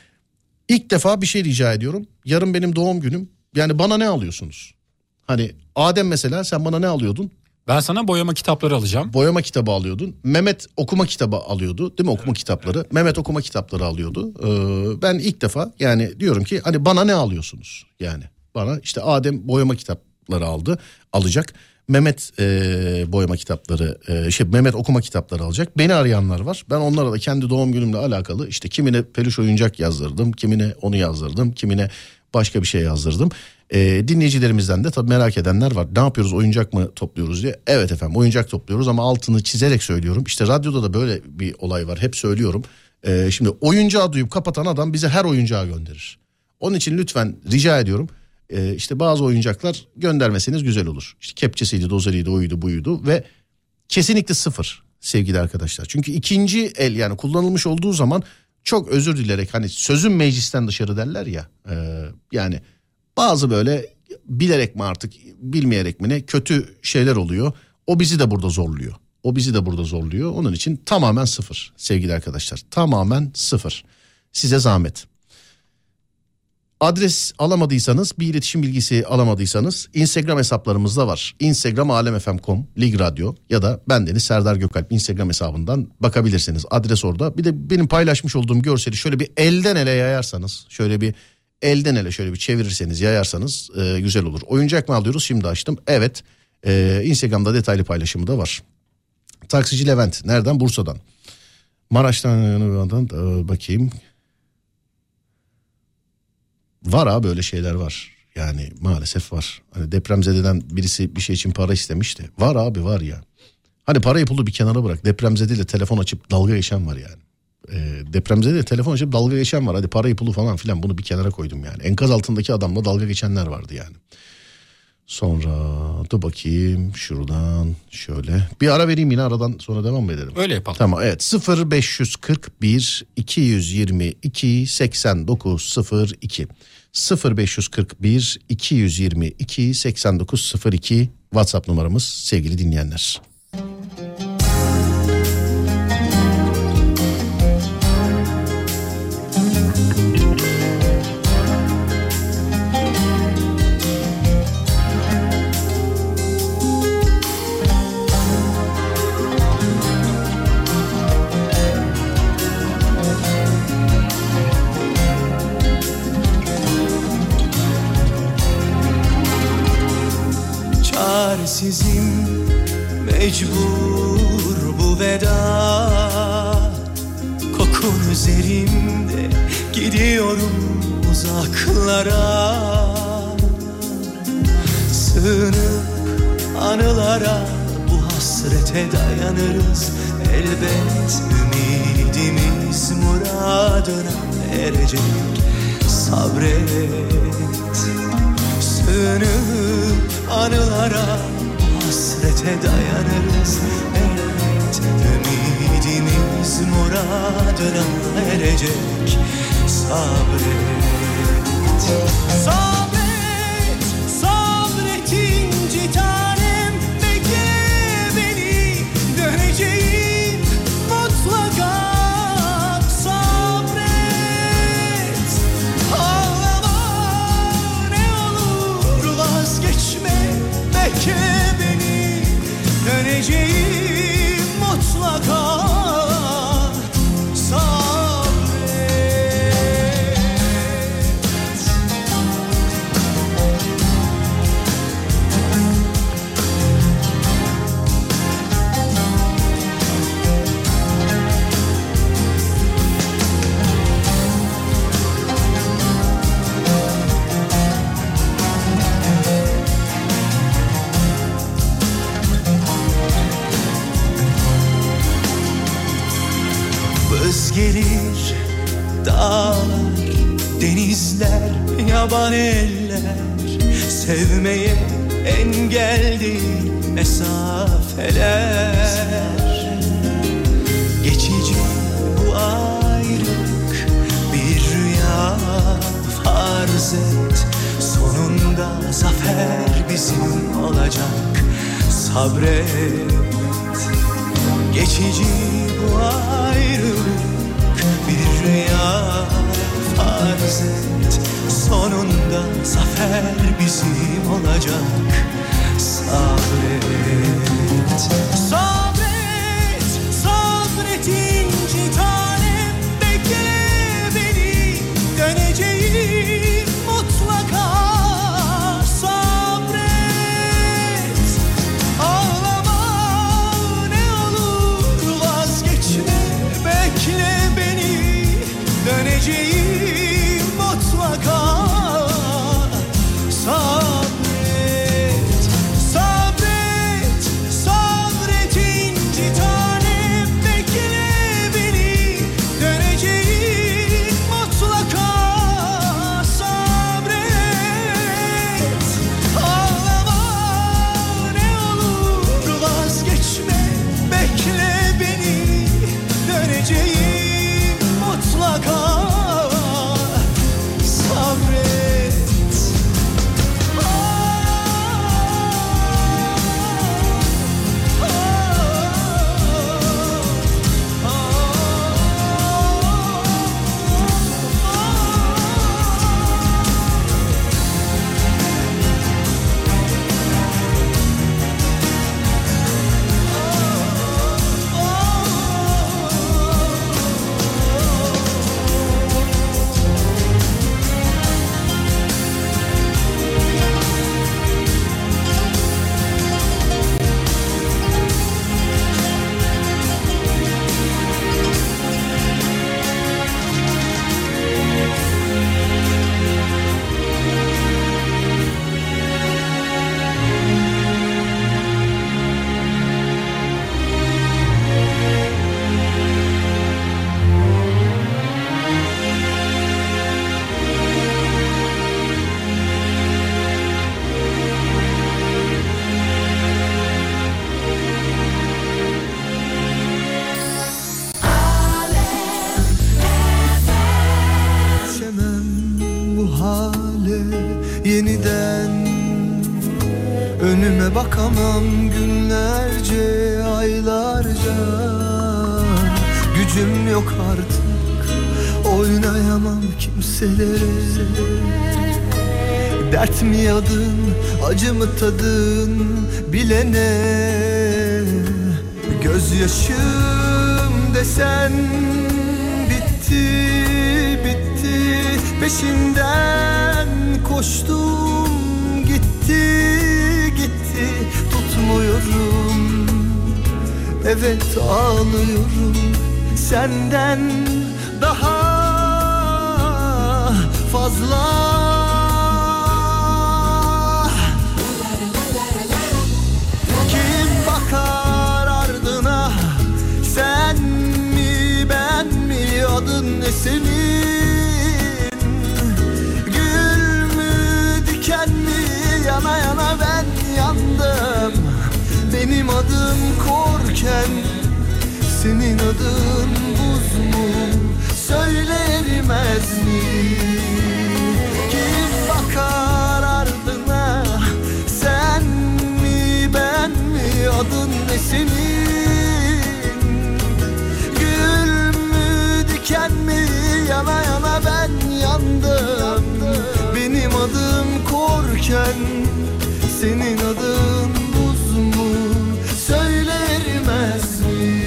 İlk defa bir şey rica ediyorum. Yarın benim doğum günüm. Yani bana ne alıyorsunuz? Hani Adem mesela, sen bana ne alıyordun? Ben sana boyama kitapları alacağım. Boyama kitabı alıyordun. Mehmet okuma kitabı alıyordu, değil mi? Okuma kitapları. Mehmet okuma kitapları alıyordu. Ee, ben ilk defa yani diyorum ki hani bana ne alıyorsunuz? Yani bana işte Adem boyama kitapları aldı, alacak. Mehmet e, boyama kitapları, e, şey Mehmet okuma kitapları alacak. Beni arayanlar var. Ben onlara da kendi doğum günümle alakalı işte kimine peluş oyuncak yazdırdım, kimine onu yazdırdım, kimine başka bir şey yazdırdım. E, dinleyicilerimizden de tabii merak edenler var. Ne yapıyoruz, oyuncak mı topluyoruz diye. Evet efendim, oyuncak topluyoruz ama altını çizerek söylüyorum. İşte radyoda da böyle bir olay var, hep söylüyorum. E, şimdi oyuncağı duyup kapatan adam bize her oyuncağı gönderir. Onun için lütfen rica ediyorum. Ee, işte bazı oyuncaklar göndermeseniz güzel olur. İşte kepçesiydi, dozeriydi, oydu, buydu ve kesinlikle sıfır sevgili arkadaşlar. Çünkü ikinci el, yani kullanılmış olduğu zaman çok özür dilerek, hani sözün meclisten dışarı derler ya. E, yani bazı böyle bilerek mi artık bilmeyerek mi ne kötü şeyler oluyor. O bizi de burada zorluyor. O bizi de burada zorluyor. Onun için tamamen sıfır sevgili arkadaşlar. Tamamen sıfır. Size zahmet. Adres alamadıysanız, bir iletişim bilgisi alamadıysanız Instagram hesaplarımızda var. Instagram alemfm nokta com, Lig Radyo ya da bendeniz Serdar Gökalp Instagram hesabından bakabilirsiniz. Adres orada. Bir de benim paylaşmış olduğum görseli şöyle bir elden ele yayarsanız, şöyle bir elden ele şöyle bir çevirirseniz, yayarsanız e, güzel olur. Oyuncak mı alıyoruz? Şimdi açtım. Evet. E, Instagram'da detaylı paylaşımı da var. Taksici Levent. Nereden? Bursa'dan. Maraş'tan e, bakayım. Var abi, böyle şeyler var. Yani maalesef var. Hani depremzededen birisi bir şey için para istemişti. Var abi, var ya. Hani parayı pulu bir kenara bırak. Depremzedeyle telefon açıp dalga geçen var yani. E, depremzedeyle telefon açıp dalga geçen var. Hadi parayı pulu falan filan, bunu bir kenara koydum yani. Enkaz altındaki adamla dalga geçenler vardı yani. Sonra dur bakayım şuradan şöyle. Bir ara vereyim, yine aradan sonra devam mı edelim? Öyle yapalım. Tamam, evet. sıfır beş kırk bir iki yüz yirmi iki seksen dokuz sıfır iki sıfır beş kırk bir iki yüz yirmi iki seksen dokuz sıfır iki WhatsApp numaramız sevgili dinleyenler. Çaresizim, mecbur bu veda. Kokun üzerimde, gidiyorum uzaklara. Sığınıp anılara, bu hasrete dayanırız. Elbet ümidimiz muradına erecek. Sabret. Sığınıp anılara, hasrete dayanırız. Evet, ümidimiz muradına erecek. Sabret. Sabret, sabret inci tanem. Bekle beni, döneceğim mutlaka. Sabret, ağlama ne olur, vazgeçme. Bekle beni, döneceğim mutlaka. Sabret. gelir, dağlar, denizler, yaban eller, sevmeye engel değil mesafeler. Geçici bu ayrılık bir rüya farz et, sonunda zafer bizim olacak, sabret. Geçici bu ayrılık bir rüya farz et, sonunda zafer bizim olacak, sabret. Sabret, sabret inci tanem, bekle beni, döneceğim mutlaka, sabret. Ağlama ne olur, vazgeçme, bekle beni, döneceğim mutlaka, sabret. Sabret, sabret inci tanem, bekle beni, döneceğim mutlaka, sabret. Ağlama ne olur, vazgeçme, bekle beni, döneceğim mutlaka, sabret. Düşemem bu hale yeniden, önüme bakamam günlerce, aylarca. Gücüm yok artık, oynayamam kimselere. Dert mi yadın, acı mı tadın bilene. Gözyaşım desen bitti, bitti. Peşinden koştum, gitti, gitti. Tutmuyorum, evet ağlıyorum. Senden daha fazla. Kim bakar ardına, sen mi ben mi, adın ne senin? Gül mü diken mi, yana yana ben yandım. Benim adım korken, senin adın buz mu, söyle erimez mi? Kim bakar ardına, sen mi ben mi, adın ne senin? Gül mü diken mi, yana yana ben yandım. Benim adım korken, senin adın buz mu, söyle erimez mi?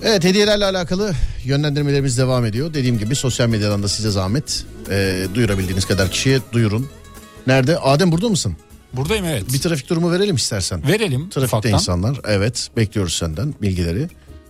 Evet, hediyelerle alakalı yönlendirmelerimiz devam ediyor. Dediğim gibi sosyal medyadan da size zahmet e, duyurabildiğiniz kadar kişiye duyurun. Nerede? Adem, burada mısın? Buradayım, evet. Bir trafik durumu verelim istersen. Verelim. Trafikte ufaktan. insanlar. Evet, bekliyoruz senden bilgileri.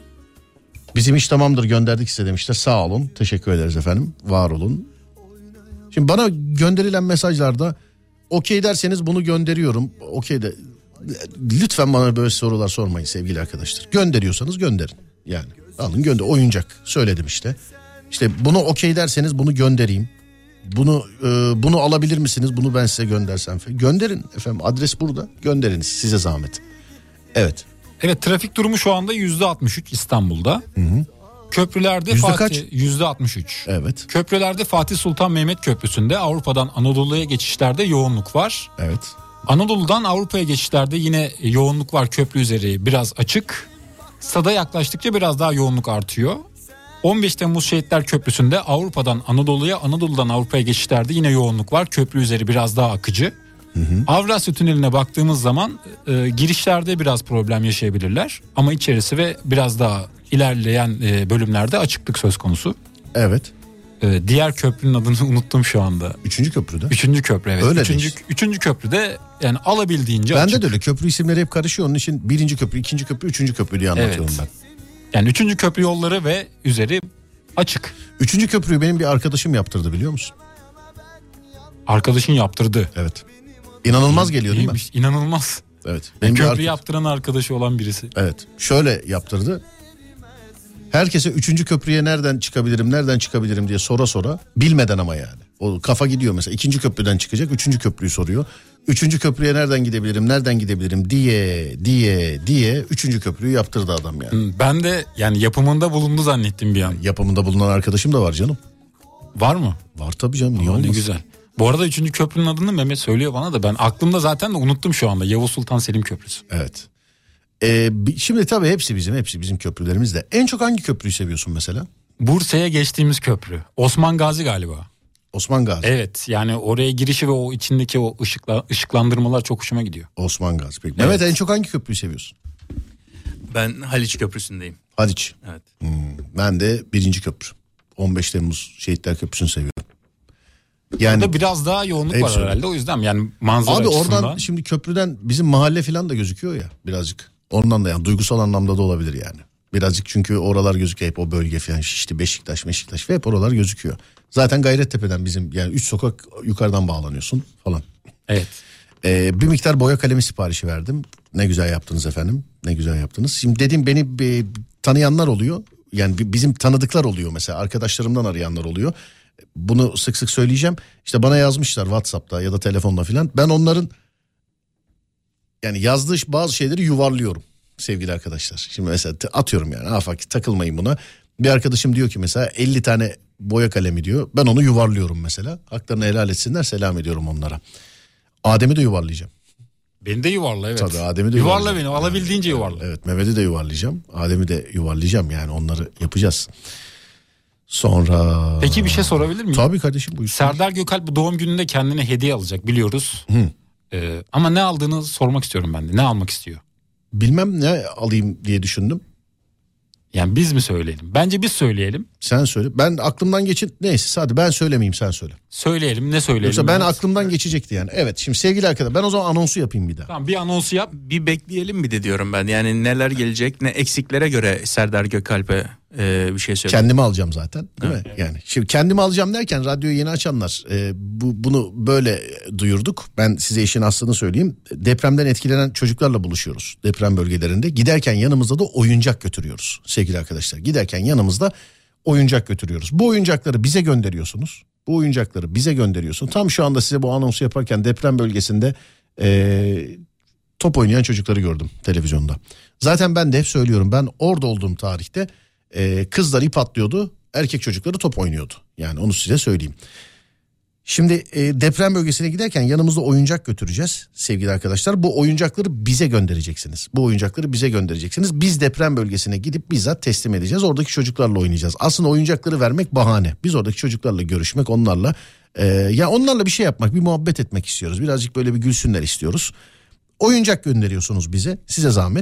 Bizim iş tamamdır, gönderdik size demişler. Sağ olun. Teşekkür ederiz efendim. Var olun. Şimdi bana gönderilen mesajlarda okey derseniz bunu gönderiyorum. Okey de lütfen bana böyle sorular sormayın sevgili arkadaşlar. Gönderiyorsanız gönderin. Yani alın gönder. Oyuncak söyledim işte. İşte bunu okey derseniz bunu göndereyim. Bunu e, bunu alabilir misiniz? Bunu ben size göndersem. Gönderin efendim. Adres burada. Gönderiniz, size zahmet. Evet. Evet, trafik durumu şu anda yüzde altmış üç İstanbul'da. Hı hı. Köprülerde Yüzde Fatih kaç? yüzde altmış üç. Evet. Köprülerde Fatih Sultan Mehmet Köprüsü'nde Avrupa'dan Anadolu'ya geçişlerde yoğunluk var. Evet. Anadolu'dan Avrupa'ya geçişlerde yine yoğunluk var, köprü üzeri biraz açık. Stada yaklaştıkça biraz daha yoğunluk artıyor. on beş Temmuz Şehitler Köprüsü'nde Avrupa'dan Anadolu'ya, Anadolu'dan Avrupa'ya geçişlerde yine yoğunluk var. Köprü üzeri biraz daha akıcı. Hı hı. Avrasya Tüneli'ne baktığımız zaman e, girişlerde biraz problem yaşayabilirler. Ama içerisi ve biraz daha ilerleyen e, bölümlerde açıklık söz konusu. Evet. E, diğer köprünün adını unuttum şu anda. Üçüncü köprüde. Üçüncü köprü, evet. Öyle Üçüncü, değil. üçüncü köprüde yani alabildiğince Bende açık. de öyle, köprü isimleri hep karışıyor. Onun için birinci köprü, ikinci köprü, üçüncü köprü diye anlatıyorum Evet. ben. Yani üçüncü köprü yolları ve üzeri açık. Üçüncü köprüyü benim bir arkadaşım yaptırdı, biliyor musun? Arkadaşın yaptırdı. Evet. İnanılmaz geliyor değil mi? İyiymiş, İnanılmaz. Evet. Yani bir köprü arka- yaptıran arkadaşı olan birisi. Evet. Şöyle yaptırdı. Herkese üçüncü köprüye nereden çıkabilirim, nereden çıkabilirim diye sora sora, bilmeden ama yani. O kafa gidiyor mesela. İkinci köprüden çıkacak, üçüncü köprüyü soruyor. Üçüncü köprüye nereden gidebilirim, nereden gidebilirim diye diye diye üçüncü köprüyü yaptırdı adam yani. Ben de yani yapımında bulundu zannettim bir an. Yapımında bulunan arkadaşım da var canım. Var mı? Var tabii canım, niye Aa, ne olmasın? güzel. Bu arada üçüncü köprünün adını Mehmet söylüyor bana da ben aklımda zaten de unuttum şu anda. Yavuz Sultan Selim Köprüsü. Evet. Ee, bi- şimdi tabii hepsi bizim, hepsi bizim köprülerimiz de. En çok hangi köprüyü seviyorsun mesela? Bursa'ya geçtiğimiz köprü. Osman Gazi galiba. Osman Gazi. Evet, yani oraya girişi ve o içindeki o ışıkla, ışıklandırmalar çok hoşuma gidiyor. Osman Gazi. Peki. Evet. Mehmet, en çok hangi köprüyü seviyorsun? Ben Haliç Köprüsü'ndeyim. Haliç. Evet. Hmm, ben de birinci köprü. on beş Temmuz Şehitler Köprüsü'nü seviyorum. Yani Burada biraz daha yoğunluk hepsi var öyle. herhalde, o yüzden yani manzara abi açısından. oradan şimdi köprüden bizim mahalle falan da gözüküyor ya birazcık. Ondan da yani duygusal anlamda da olabilir yani. Birazcık çünkü oralar gözüküyor hep, o bölge falan, Şişli, Beşiktaş, Beşiktaş ve hep oralar gözüküyor. Zaten Gayrettepe'den bizim yani üç sokak yukarıdan bağlanıyorsun falan. Evet. Ee, bir miktar boya kalemi siparişi verdim. Ne güzel yaptınız efendim. Ne güzel yaptınız. Şimdi dedim, beni bir, tanıyanlar oluyor. Yani bir, bizim tanıdıklar oluyor mesela. Arkadaşlarımdan arayanlar oluyor. Bunu sık sık söyleyeceğim. İşte bana yazmışlar WhatsApp'ta ya da telefonda filan. Ben onların yani yazdığı bazı şeyleri yuvarlıyorum sevgili arkadaşlar. Şimdi mesela atıyorum yani afaki, takılmayın buna. Bir arkadaşım diyor ki mesela elli tane boya kalemi diyor. Ben onu yuvarlıyorum mesela. Haklarını helal etsinler, selam ediyorum onlara. Adem'i de yuvarlayacağım. Beni de yuvarla, evet. Tabii Adem'i de Yuvarla yuvarlayacağım. beni, alabildiğince yuvarla. Evet, Mehmet'i de yuvarlayacağım. Adem'i de yuvarlayacağım, yani onları yapacağız. Sonra... Peki bir şey sorabilir miyim? Tabii kardeşim, buyur. Serdar Gökalp bu doğum gününde kendine hediye alacak, biliyoruz. Hı. Ee, ama ne aldığını sormak istiyorum ben de. Ne almak istiyor? Bilmem ne alayım diye düşündüm. Yani biz mi söyleyelim? Bence biz söyleyelim. Sen söyle. Ben aklımdan geçin. Neyse hadi ben söylemeyeyim, sen söyle. Söyleyelim, ne söyleyelim? Yoksa ben Evet. aklımdan geçecekti yani. Evet, şimdi sevgili arkadaşlar, ben o zaman anonsu yapayım bir daha. Tamam, bir anonsu yap. Bir bekleyelim bir de diyorum ben. Yani neler gelecek, ne eksiklere göre Serdar Gökalp'e e, bir şey söyle. Kendimi alacağım zaten, değil mi? Yani şimdi kendimi alacağım derken radyoyu yeni açanlar e, bu bunu böyle duyurduk. Ben size işin aslını söyleyeyim. Depremden etkilenen çocuklarla buluşuyoruz deprem bölgelerinde. Giderken yanımızda da oyuncak götürüyoruz sevgili arkadaşlar. Giderken yanımızda oyuncak götürüyoruz. Bu oyuncakları bize gönderiyorsunuz. Bu oyuncakları bize gönderiyorsun. Tam şu anda size bu anonsu yaparken deprem bölgesinde e, top oynayan çocukları gördüm televizyonda. Zaten ben de hep söylüyorum, ben orada olduğum tarihte e, kızlar ip atlıyordu, erkek çocukları top oynuyordu. Yani onu size söyleyeyim. Şimdi e, deprem bölgesine giderken yanımızda oyuncak götüreceğiz sevgili arkadaşlar. Bu oyuncakları bize göndereceksiniz. Bu oyuncakları bize göndereceksiniz. Biz deprem bölgesine gidip bizzat teslim edeceğiz. Oradaki çocuklarla oynayacağız. Aslında oyuncakları vermek bahane. Biz oradaki çocuklarla görüşmek, onlarla e, ya onlarla bir şey yapmak, bir muhabbet etmek istiyoruz. Birazcık böyle bir gülsünler istiyoruz. Oyuncak gönderiyorsunuz bize, size zahmet.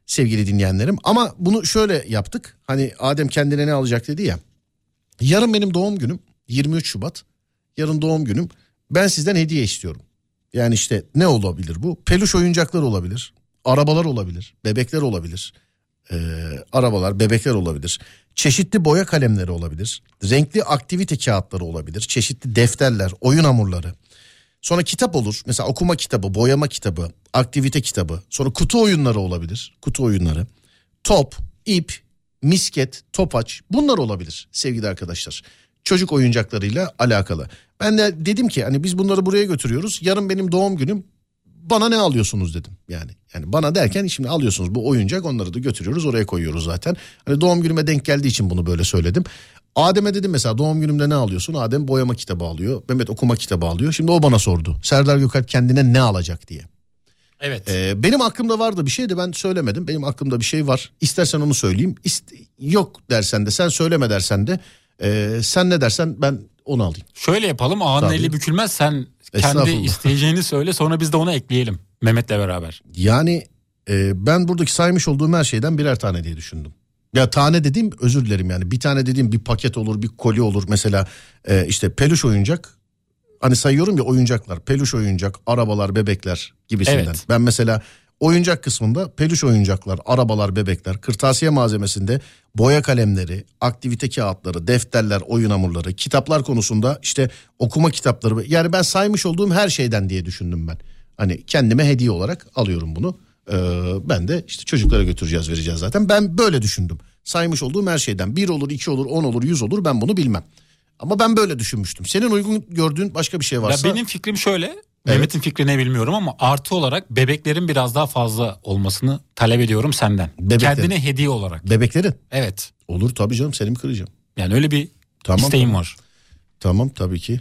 sevgili dinleyenlerim. Ama bunu şöyle yaptık. Hani Adem kendine ne alacak dedi ya. Yarın benim doğum günüm, yirmi üç Şubat. Yarın doğum günüm. Ben sizden hediye istiyorum. Yani işte ne olabilir bu? Peluş oyuncaklar olabilir. Arabalar olabilir. Bebekler olabilir. Ee, arabalar, bebekler olabilir. Çeşitli boya kalemleri olabilir. Renkli aktivite kağıtları olabilir. Çeşitli defterler, oyun hamurları. Sonra kitap olur. Mesela okuma kitabı, boyama kitabı, aktivite kitabı. Sonra kutu oyunları olabilir. Kutu oyunları. Top, ip, misket, topaç, bunlar olabilir sevgili arkadaşlar. Çocuk oyuncaklarıyla alakalı. Ben de dedim ki hani biz bunları buraya götürüyoruz. Yarın benim doğum günüm. Bana ne alıyorsunuz dedim yani. Yani bana derken şimdi alıyorsunuz bu oyuncak, onları da götürüyoruz oraya koyuyoruz zaten. Hani doğum günüme denk geldiği için bunu böyle söyledim. Adem'e dedim mesela doğum günümde ne alıyorsun? Adem boyama kitabı alıyor. Mehmet okuma kitabı alıyor. Şimdi o bana sordu. Serdar Gökalp kendine ne alacak diye. Evet. Ee, benim aklımda vardı bir şey de ben söylemedim. Benim aklımda bir şey var. İstersen onu söyleyeyim. İst- yok dersen de, sen söyleme dersen de, e, sen ne dersen ben onu alayım. Şöyle yapalım, ağanın Tabii. eli bükülmez, sen kendi isteyeceğini söyle, sonra biz de onu ekleyelim Mehmet'le beraber. Yani e, ben buradaki saymış olduğum her şeyden birer tane diye düşündüm. Ya tane dediğim, özür dilerim yani, bir tane dediğim bir paket olur, bir koli olur mesela, e, işte peluş oyuncak, hani sayıyorum ya oyuncaklar, peluş oyuncak, arabalar, bebekler gibisinden. Evet. Ben mesela oyuncak kısmında peluş oyuncaklar, arabalar, bebekler, kırtasiye malzemesinde boya kalemleri, aktivite kağıtları, defterler, oyun hamurları, kitaplar konusunda işte okuma kitapları, yani ben saymış olduğum her şeyden diye düşündüm ben. Hani kendime hediye olarak alıyorum bunu. Ee, ben de işte çocuklara götüreceğiz, vereceğiz zaten. Ben böyle düşündüm. Saymış olduğum her şeyden bir olur, iki olur, on olur, yüz olur, ben bunu bilmem. Ama ben böyle düşünmüştüm. Senin uygun gördüğün başka bir şey varsa? Ya benim fikrim şöyle. Evet. Mehmet'in fikri ne bilmiyorum ama artı olarak bebeklerin biraz daha fazla olmasını talep ediyorum senden. Bebeklerin. Kendine hediye olarak. Bebeklerin? Evet. Olur tabii canım, seni mi kıracağım? Yani öyle bir tamam, isteğim tamam. var. Tamam tabii ki.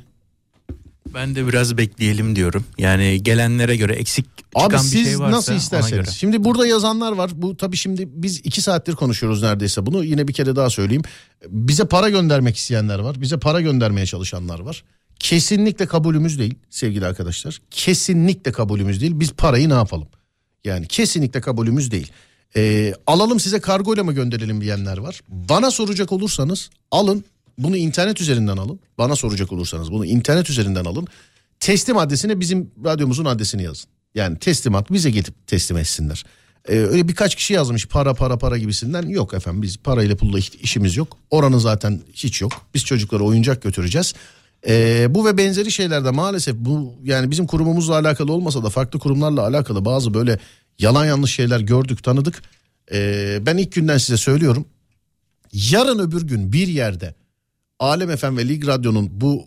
Ben de biraz bekleyelim diyorum. Yani gelenlere göre eksik çıkan Abi bir siz şey varsa nasıl ona isterseniz. göre. Şimdi burada yazanlar var. Bu tabii şimdi biz iki saattir konuşuyoruz neredeyse bunu. Yine bir kere daha söyleyeyim. Bize para göndermek isteyenler var. Bize para göndermeye çalışanlar var. Kesinlikle kabulümüz değil sevgili arkadaşlar. Kesinlikle kabulümüz değil. Biz parayı ne yapalım? Yani kesinlikle kabulümüz değil. Ee, alalım size kargoyla mı gönderelim diyenler var. Bana soracak olursanız alın. Bunu internet üzerinden alın. Bana soracak olursanız bunu internet üzerinden alın. Teslim adresine bizim radyomuzun adresini yazın. Yani teslimat bize getirip teslim etsinler. Ee, öyle birkaç kişi yazmış para para para gibisinden. Yok efendim, biz parayla pulla işimiz yok. Oranın zaten hiç yok. Biz çocuklara oyuncak götüreceğiz. Ee, bu ve benzeri şeylerde maalesef bu, yani bizim kurumumuzla alakalı olmasa da farklı kurumlarla alakalı bazı böyle yalan yanlış şeyler gördük, tanıdık. Ee, ben ilk günden size söylüyorum. Yarın öbür gün bir yerde Alem F M ve Lig Radyo'nun bu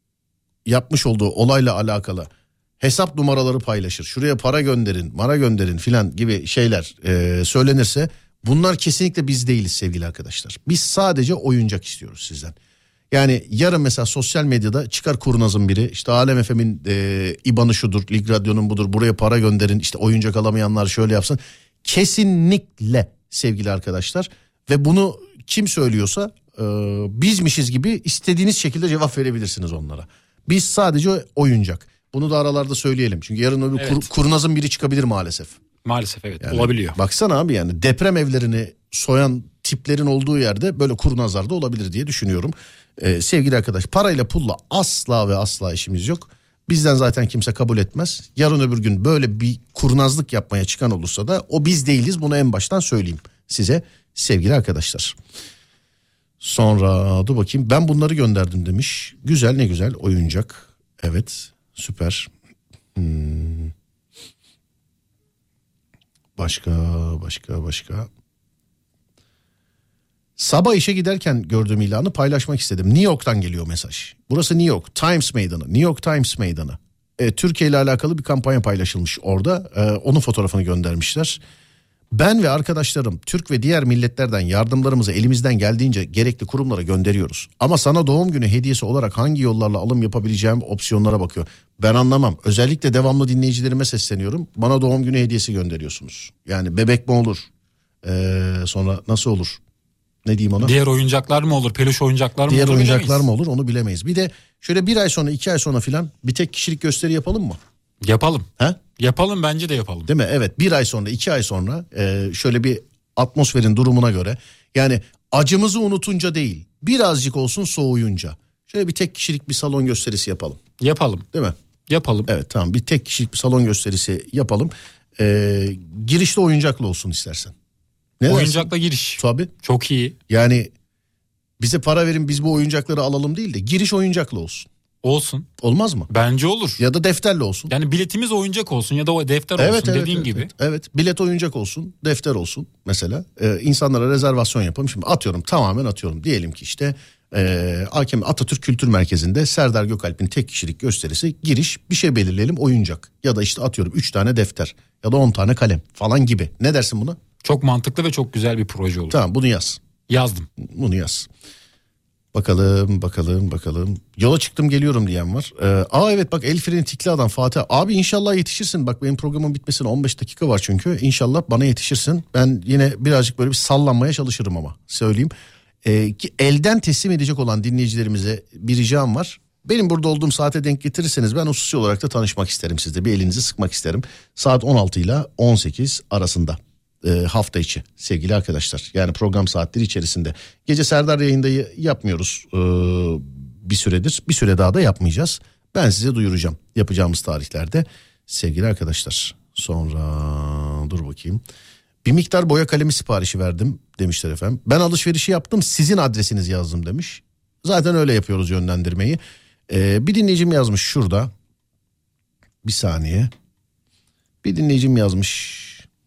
yapmış olduğu olayla alakalı hesap numaraları paylaşır, şuraya para gönderin, mara gönderin filan gibi şeyler e, söylenirse, bunlar kesinlikle biz değiliz sevgili arkadaşlar. Biz sadece oyuncak istiyoruz sizden. Yani yarın mesela sosyal medyada çıkar kurnazın biri, işte Alem F M'in e, İ B A N'ı şudur, Lig Radyo'nun budur, buraya para gönderin, işte oyuncak alamayanlar şöyle yapsın. Kesinlikle sevgili arkadaşlar, ve bunu kim söylüyorsa e, bizmişiz gibi istediğiniz şekilde cevap verebilirsiniz onlara. Biz sadece oyuncak. Bunu da aralarda söyleyelim. Çünkü yarın öbür Evet. kur, kurnazın biri çıkabilir maalesef. Maalesef evet, Yani olabiliyor. baksana abi, yani deprem evlerini soyan tiplerin olduğu yerde böyle kurnazlar da olabilir diye düşünüyorum. Ee, sevgili arkadaş, parayla pulla asla ve asla işimiz yok. Bizden zaten kimse kabul etmez. Yarın öbür gün böyle bir kurnazlık yapmaya çıkan olursa da o biz değiliz. Bunu en baştan söyleyeyim size sevgili arkadaşlar. Sonra dur bakayım, ben bunları gönderdim demiş. Güzel, ne güzel oyuncak. Evet, süper. Hmm. Başka başka başka. Sabah işe giderken gördüğüm ilanı paylaşmak istedim. New York'tan geliyor mesaj. Burası New York Times Meydanı. New York Times Meydanı. E, Türkiye ile alakalı bir kampanya paylaşılmış orada. E, onun fotoğrafını göndermişler. Ben ve arkadaşlarım Türk ve diğer milletlerden yardımlarımızı elimizden geldiğince gerekli kurumlara gönderiyoruz. Ama sana doğum günü hediyesi olarak hangi yollarla alım yapabileceğim opsiyonlara bakıyor. Ben anlamam. Özellikle devamlı dinleyicilerime sesleniyorum. Bana doğum günü hediyesi gönderiyorsunuz. Yani bebek mi olur? Ee, sonra nasıl olur? Ne diyeyim ona? Diğer oyuncaklar mı olur? Peluş oyuncaklar mı Diğer olur? oyuncaklar bilemeyiz. mı olur? Onu bilemeyiz. Bir de şöyle bir ay sonra, iki ay sonra filan bir tek kişilik gösteri yapalım mı? Yapalım. Ha? Yapalım, bence de yapalım. Değil mi? Evet, bir ay sonra, iki ay sonra e, şöyle bir atmosferin durumuna göre, yani acımızı unutunca değil, birazcık olsun soğuyunca şöyle bir tek kişilik bir salon gösterisi yapalım. Yapalım. Değil mi? Yapalım. Evet, tamam, bir tek kişilik bir salon gösterisi yapalım. E, girişte oyuncaklı olsun istersen. Ne Oyuncakla dersin? giriş. Tabii. Çok iyi. Yani bize para verin, biz bu oyuncakları alalım değil de giriş oyuncaklı olsun. Olsun. Olmaz mı? Bence olur. Ya da defterle olsun. Yani biletimiz oyuncak olsun ya da o defter Evet, olsun evet, dediğin evet, gibi. Evet, evet, bilet oyuncak olsun, defter olsun mesela. Ee, insanlara rezervasyon yapalım. Şimdi atıyorum, tamamen atıyorum. Diyelim ki işte e, A K M Atatürk Kültür Merkezi'nde Serdar Gökalp'in tek kişilik gösterisi, giriş, bir şey belirleyelim, oyuncak. Ya da işte atıyorum üç tane defter ya da on tane kalem falan gibi. Ne dersin buna? Çok mantıklı ve çok güzel bir proje olur. Tamam, bunu yaz. Yazdım. Bunu yaz. Bakalım bakalım bakalım. Yola çıktım geliyorum diyen var. Ee, aa evet bak, el freni tikli adam Fatih. Abi inşallah yetişirsin. Bak benim programın bitmesine on beş dakika var çünkü. İnşallah bana yetişirsin. Ben yine birazcık böyle bir sallanmaya çalışırım ama söyleyeyim. Ee, ki elden teslim edecek olan dinleyicilerimize bir ricam var. Benim burada olduğum saate denk getirirseniz ben hususi olarak da tanışmak isterim sizle. Bir elinizi sıkmak isterim. Saat on altı ile on sekiz arasında. E, hafta içi sevgili arkadaşlar, yani program saatleri içerisinde. Gece Serdar yayında yapmıyoruz e, bir süredir, bir süre daha da yapmayacağız. Ben size duyuracağım yapacağımız tarihlerde sevgili arkadaşlar. Sonra dur bakayım, bir miktar boya kalemi siparişi verdim demişler efendim. Ben alışverişi yaptım, sizin adresinizi yazdım demiş. Zaten öyle yapıyoruz yönlendirmeyi. E, bir dinleyicim yazmış şurada, bir saniye, bir dinleyicim yazmış.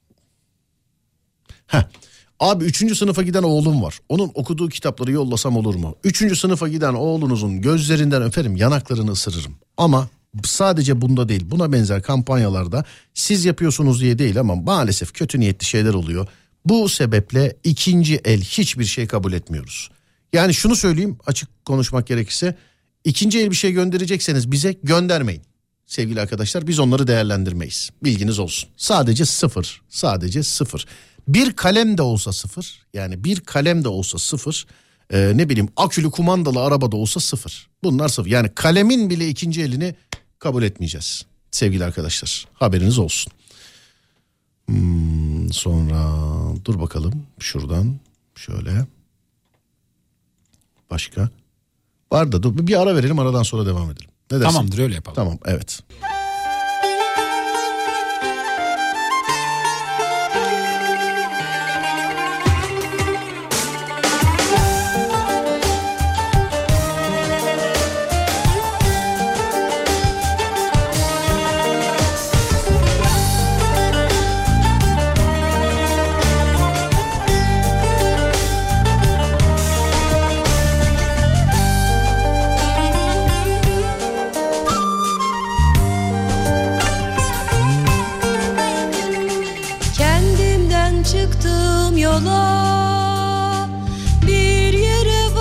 Heh. Abi üçüncü sınıfa giden oğlum var. Onun okuduğu kitapları yollasam olur mu? Üçüncü sınıfa giden oğlunuzun gözlerinden öperim, yanaklarını ısırırım. Ama sadece bunda değil, buna benzer kampanyalarda siz yapıyorsunuz diye değil ama maalesef kötü niyetli şeyler oluyor. Bu sebeple ikinci el hiçbir şey kabul etmiyoruz. Yani şunu söyleyeyim, açık konuşmak gerekirse, ikinci el bir şey gönderecekseniz bize göndermeyin. Sevgili arkadaşlar, biz onları değerlendirmeyiz. Bilginiz olsun. Sadece sıfır, sadece sıfır. Bir kalem de olsa sıfır, yani bir kalem de olsa sıfır, ee, ne bileyim akülü kumandalı araba da olsa sıfır. Bunlar sıfır, yani kalemin bile ikinci elini kabul etmeyeceğiz sevgili arkadaşlar, haberiniz olsun. Hmm, sonra dur bakalım şuradan şöyle, başka var da dur bir ara verelim, aradan sonra devam edelim. Ne dersin? Tamamdır, öyle yapalım. Tamam, evet. Çıktım yola, bir yere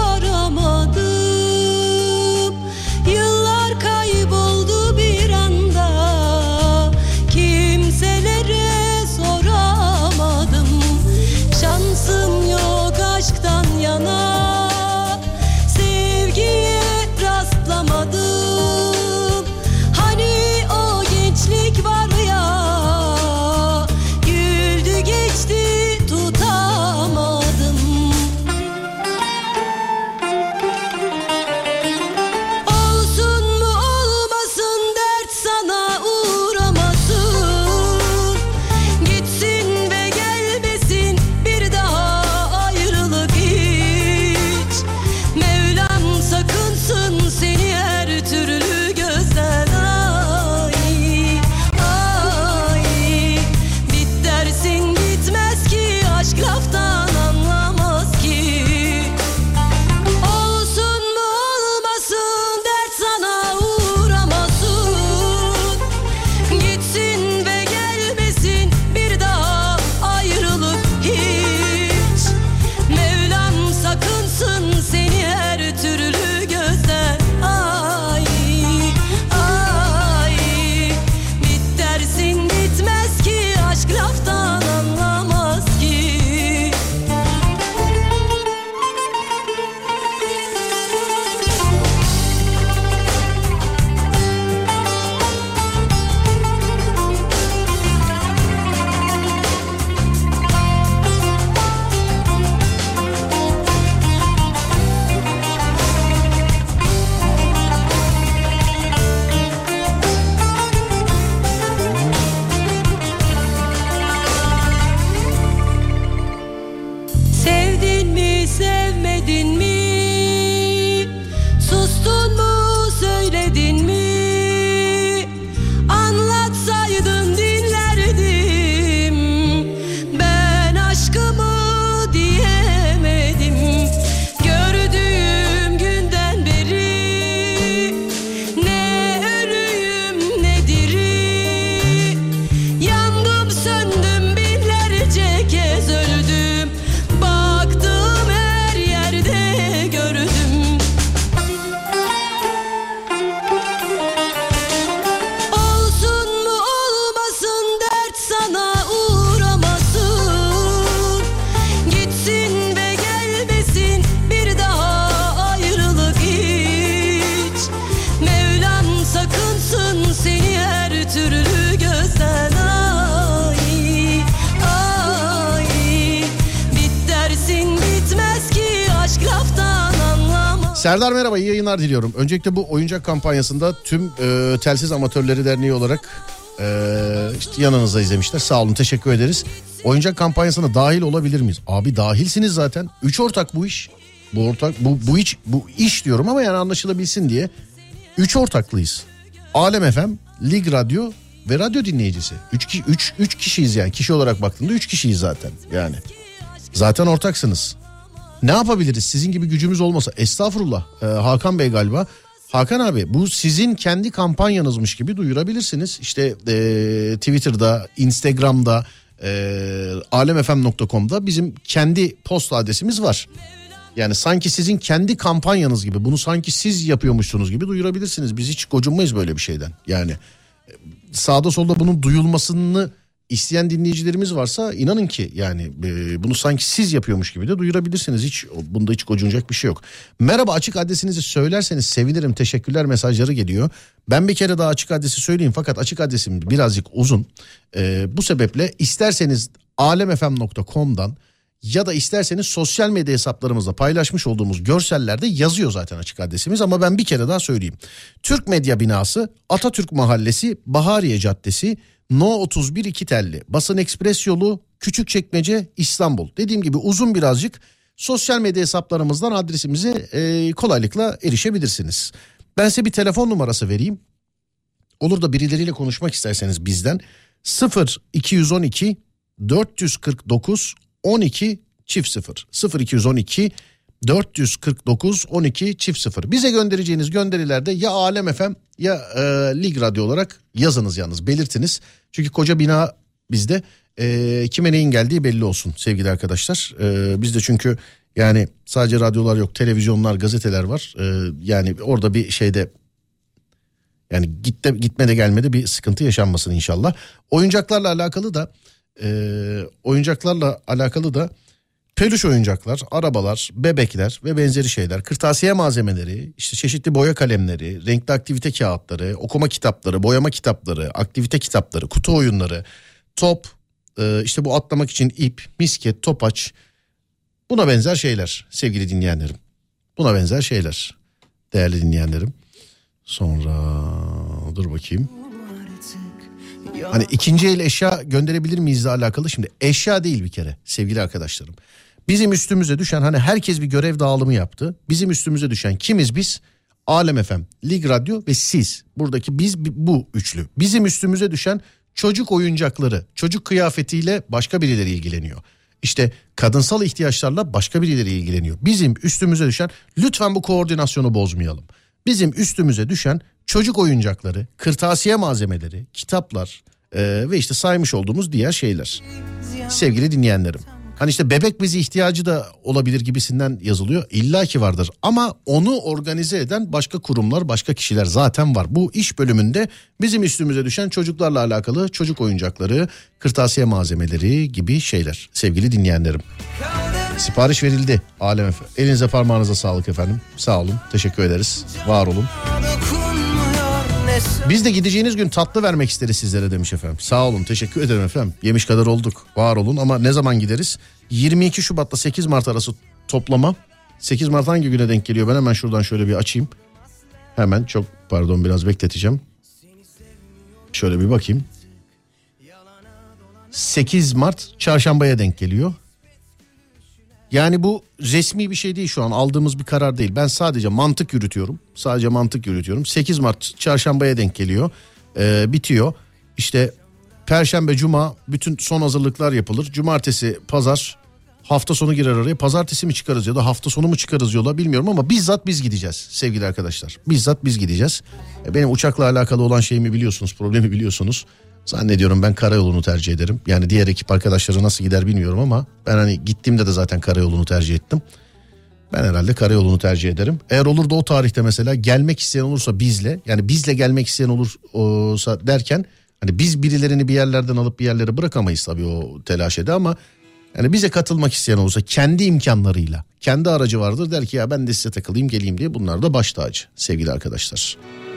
varamadım. Yıllar kayboldu bir anda, kimselere soramadım. Şansım yok aşktan yana, sevgiye rastlamadım. Hani o gençlik var ya, geçti tutamadım. Serdar merhaba, iyi yayınlar diliyorum. Öncelikle bu oyuncak kampanyasında tüm e, Telsiz Amatörleri Derneği olarak e, işte yanınızda izlemişler. Sağ olun, teşekkür ederiz. Oyuncak kampanyasına dahil olabilir miyiz? Abi dahilsiniz zaten. Üç ortak bu iş. Bu ortak bu bu iş bu iş diyorum ama yani anlaşılabilsin diye. Üç ortaklıyız. Alem F M, Lig Radyo ve radyo dinleyicisi. Üç, kişi, üç, üç kişiyiz yani. Kişi olarak baktığında üç kişiyiz zaten yani. Zaten ortaksınız. Ne yapabiliriz? Sizin gibi gücümüz olmasa. Estağfurullah. Ee, Hakan Bey galiba. Hakan abi, bu sizin kendi kampanyanızmış gibi duyurabilirsiniz. İşte e, Twitter'da, Instagram'da, e, alemfm nokta com'da bizim kendi posta adresimiz var. Yani sanki sizin kendi kampanyanız gibi, bunu sanki siz yapıyormuşsunuz gibi duyurabilirsiniz. Biz hiç gocunmayız böyle bir şeyden. Yani sağda solda bunun duyulmasını isteyen dinleyicilerimiz varsa inanın ki yani e, bunu sanki siz yapıyormuş gibi de duyurabilirsiniz. Hiç bunda hiç gocunacak bir şey yok. Merhaba, açık adresinizi söylerseniz sevinirim, teşekkürler mesajları geliyor. Ben bir kere daha açık adresi söyleyeyim fakat açık adresim birazcık uzun. E, bu sebeple isterseniz alemfm nokta com'dan ya da isterseniz sosyal medya hesaplarımızda paylaşmış olduğumuz görsellerde yazıyor zaten açık adresimiz, ama ben bir kere daha söyleyeyim. Türk Medya Binası, Atatürk Mahallesi, Bahariye Caddesi, No otuz bir iki telli, Basın Ekspres Yolu, Küçükçekmece, İstanbul. Dediğim gibi uzun birazcık. Sosyal medya hesaplarımızdan adresimize e, kolaylıkla erişebilirsiniz. Ben size bir telefon numarası vereyim. Olur da birileriyle konuşmak isterseniz bizden sıfır iki on iki dört yüz kırk dokuz on iki çift sıfır sıfır iki on iki dört yüz kırk dokuz on iki çift sıfır. Bize göndereceğiniz gönderilerde ya Alem F M ya e, Lig Radyo olarak yazınız, yalnız belirtiniz. Çünkü koca bina bizde, e, kime neyin geldiği belli olsun sevgili arkadaşlar. E, bizde çünkü yani sadece radyolar yok, televizyonlar, gazeteler var. E, yani orada bir şeyde yani gitte, gitmede gelmede bir sıkıntı yaşanmasın inşallah. Oyuncaklarla alakalı da e, oyuncaklarla alakalı da peluş oyuncaklar, arabalar, bebekler ve benzeri şeyler, kırtasiye malzemeleri, işte çeşitli boya kalemleri, renkli aktivite kağıtları, okuma kitapları, boyama kitapları, aktivite kitapları, kutu oyunları, top, işte bu atlamak için ip, misket, topaç, buna benzer şeyler sevgili dinleyenlerim. Buna benzer şeyler değerli dinleyenlerim. Sonra dur bakayım. Hani ikinci el eşya gönderebilir miyizle alakalı, şimdi eşya değil bir kere sevgili arkadaşlarım. Bizim üstümüze düşen, hani herkes bir görev dağılımı yaptı. Bizim üstümüze düşen kimiz biz? Alem F M, Lig Radyo ve siz. Buradaki biz bu üçlü. Bizim üstümüze düşen çocuk oyuncakları, çocuk kıyafetiyle başka birileri ilgileniyor. İşte kadınsal ihtiyaçlarla başka birileri ilgileniyor. Bizim üstümüze düşen, lütfen bu koordinasyonu bozmayalım. Bizim üstümüze düşen çocuk oyuncakları, kırtasiye malzemeleri, kitaplar e, ve işte saymış olduğumuz diğer şeyler. Sevgili dinleyenlerim, hani işte bebek bezi ihtiyacı da olabilir gibisinden yazılıyor. İlla ki vardır ama onu organize eden başka kurumlar, başka kişiler zaten var. Bu iş bölümünde bizim üstümüze düşen çocuklarla alakalı çocuk oyuncakları, kırtasiye malzemeleri gibi şeyler sevgili dinleyenlerim. Sipariş verildi Alem F M. Elinize parmağınıza sağlık efendim. Sağ olun, teşekkür ederiz. Var olun. Biz de gideceğiniz gün tatlı vermek isteriz sizlere demiş efendim. Sağ olun, teşekkür ederim efendim. Yemiş kadar olduk. Var olun, ama ne zaman gideriz? yirmi iki Şubat'la sekiz Mart arası toplama. sekiz Mart hangi güne denk geliyor? Ben hemen şuradan şöyle bir açayım. Hemen, çok pardon, biraz bekleteceğim. Şöyle bir bakayım. sekiz Mart çarşambaya denk geliyor. Yani bu resmi bir şey değil, şu an aldığımız bir karar değil. Ben sadece mantık yürütüyorum. Sadece mantık yürütüyorum. sekiz Mart çarşambaya denk geliyor. Ee, bitiyor. İşte Perşembe, Cuma bütün son hazırlıklar yapılır. Cumartesi, Pazar, hafta sonu girer araya. Pazartesi mi çıkarız ya da hafta sonu mu çıkarız yola bilmiyorum ama bizzat biz gideceğiz sevgili arkadaşlar. Bizzat biz gideceğiz. Benim uçakla alakalı olan şeyimi biliyorsunuz, problemi biliyorsunuz. Zannediyorum ben karayolunu tercih ederim. Yani diğer ekip arkadaşları nasıl gider bilmiyorum ama ben hani gittiğimde de zaten karayolunu tercih ettim. Ben herhalde karayolunu tercih ederim. Eğer olur da o tarihte mesela gelmek isteyen olursa bizle, yani bizle gelmek isteyen olursa derken hani biz birilerini bir yerlerden alıp bir yerlere bırakamayız tabii o telaşede, ama yani bize katılmak isteyen olursa kendi imkanlarıyla, kendi aracı vardır, der ki ya ben de size takılayım geleyim diye, bunlar da baş tacı sevgili arkadaşlar.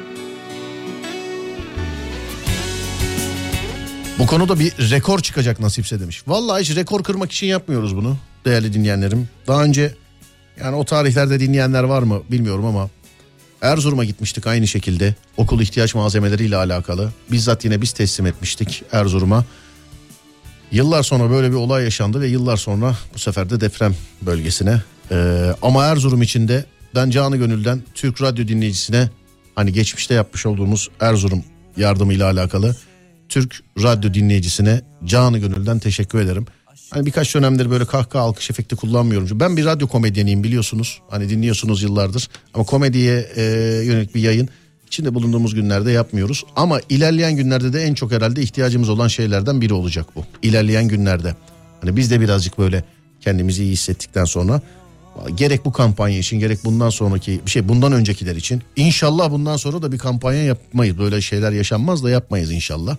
Bu konuda bir rekor çıkacak nasipse demiş. Vallahi hiç rekor kırmak için yapmıyoruz bunu değerli dinleyenlerim. Daha önce Yani o tarihlerde dinleyenler var mı bilmiyorum ama Erzurum'a gitmiştik aynı şekilde. Okul ihtiyaç malzemeleriyle alakalı. Bizzat yine biz teslim etmiştik Erzurum'a. Yıllar sonra böyle bir olay yaşandı ve yıllar sonra bu sefer de deprem bölgesine. Ee, ama Erzurum içinde ben canı gönülden Türk radyo dinleyicisine, hani geçmişte yapmış olduğumuz Erzurum yardımıyla alakalı Türk radyo dinleyicisine canı gönülden teşekkür ederim. Hani birkaç dönemdir böyle kahkaha alkış efekti kullanmıyorum. Ben bir radyo komedyeniyim biliyorsunuz. Hani dinliyorsunuz yıllardır. Ama komediye e, yönelik bir yayın içinde bulunduğumuz günlerde yapmıyoruz. Ama ilerleyen günlerde de en çok herhalde ihtiyacımız olan şeylerden biri olacak bu. İlerleyen günlerde. Hani biz de birazcık böyle kendimizi iyi hissettikten sonra gerek bu kampanya için gerek bundan sonraki bir şey bundan öncekiler için inşallah bundan sonra da bir kampanya yapmayız. Böyle şeyler yaşanmaz da yapmayız inşallah.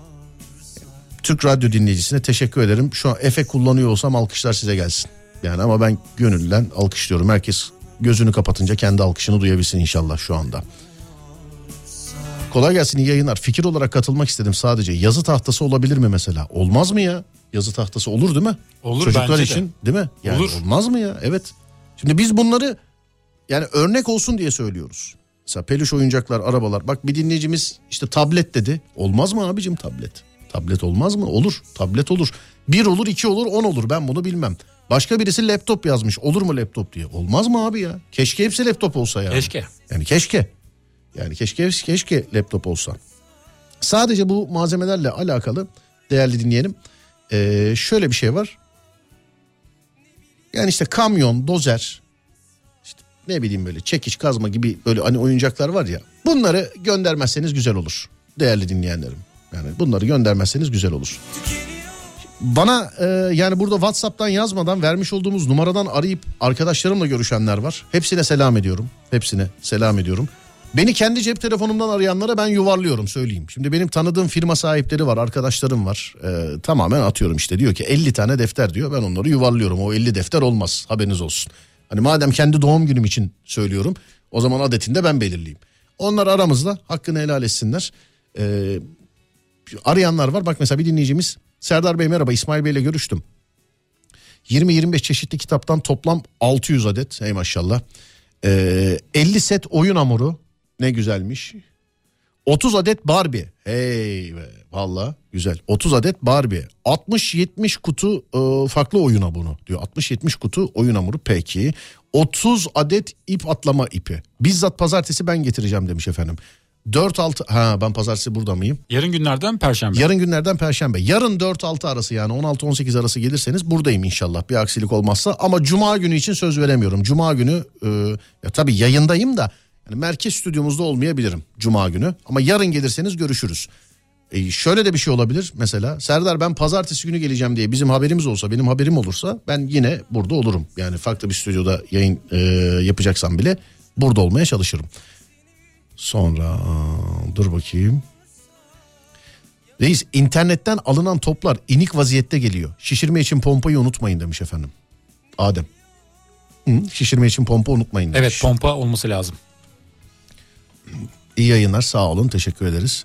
Türk radyo dinleyicisine teşekkür ederim. Şu an efe kullanıyor olsam alkışlar size gelsin. Yani ama ben gönülden alkışlıyorum. Herkes gözünü kapatınca kendi alkışını duyabilsin inşallah şu anda. Kolay gelsin, iyi yayınlar. Fikir olarak katılmak istedim sadece. Yazı tahtası olabilir mi mesela? Olmaz mı ya? Yazı tahtası olur değil mi? Olur çocuklar bence için de. değil mi? Yani Olur. Olmaz mı ya? Evet. Şimdi biz bunları yani örnek olsun diye söylüyoruz. Mesela peluş oyuncaklar, arabalar. Bak bir dinleyicimiz işte tablet dedi. Olmaz mı abicim tablet? Tablet olmaz mı? Olur. Tablet olur. Bir olur, iki olur, on olur. Ben bunu bilmem. Başka birisi laptop yazmış. Olur mu laptop diye. Olmaz mı abi ya? Keşke hepsi laptop olsa yani. Keşke. Yani keşke. Yani keşke keşke laptop olsa. Sadece bu malzemelerle alakalı değerli dinleyelim. Ee, şöyle bir şey var. Yani işte kamyon, dozer, işte ne bileyim böyle çekiç, kazma gibi böyle hani oyuncaklar var ya. Bunları göndermezseniz güzel olur değerli dinleyenlerim. Yani bunları göndermezseniz güzel olur. Bana e, yani burada WhatsApp'tan yazmadan vermiş olduğumuz numaradan arayıp arkadaşlarımla görüşenler var. Hepsine selam ediyorum. Hepsine selam ediyorum. Beni kendi cep telefonumdan arayanlara ben yuvarlıyorum söyleyeyim. Şimdi benim tanıdığım firma sahipleri var, arkadaşlarım var. Ee, tamamen atıyorum işte, diyor ki elli tane defter diyor. Ben onları yuvarlıyorum. O elli defter olmaz, haberiniz olsun. Hani madem kendi doğum günüm için söylüyorum, o zaman adetini de ben belirleyeyim. Onlar aramızda, hakkını helal etsinler. Ee, arayanlar var. Bak mesela bir dinleyicimiz, Serdar Bey merhaba, İsmail Bey ile görüştüm. yirmi yirmi beş çeşitli kitaptan toplam altı yüz adet, hey maşallah. Ee, elli set oyun hamuru. Ne güzelmiş. otuz adet Barbie. Hey be, vallahi güzel. otuz adet Barbie. altmış yetmiş kutu e, farklı oyun hamuru diyor. altmış yetmiş kutu oyun hamuru peki. otuz adet ip atlama ipi. Bizzat pazartesi ben getireceğim demiş efendim. dört altı ha ben pazartesi burada mıyım? Yarın günlerden perşembe. Yarın günlerden perşembe. Yarın dört altı arası, yani on altı on sekiz arası gelirseniz buradayım inşallah, bir aksilik olmazsa. Ama cuma günü için söz veremiyorum. Cuma günü e, ya tabii yayındayım da yani merkez stüdyomuzda olmayabilirim cuma günü. Ama yarın gelirseniz görüşürüz. E şöyle de bir şey olabilir mesela. Serdar ben pazartesi günü geleceğim diye bizim haberimiz olsa, benim haberim olursa ben yine burada olurum. Yani farklı bir stüdyoda yayın e, yapacaksam bile burada olmaya çalışırım. Sonra dur bakayım. Reis, internetten alınan toplar inik vaziyette geliyor. Şişirme için pompayı unutmayın demiş efendim. Adem. Hı, şişirme için pompa unutmayın demiş. Evet, pompa olması lazım. İyi yayınlar, sağ olun, teşekkür ederiz.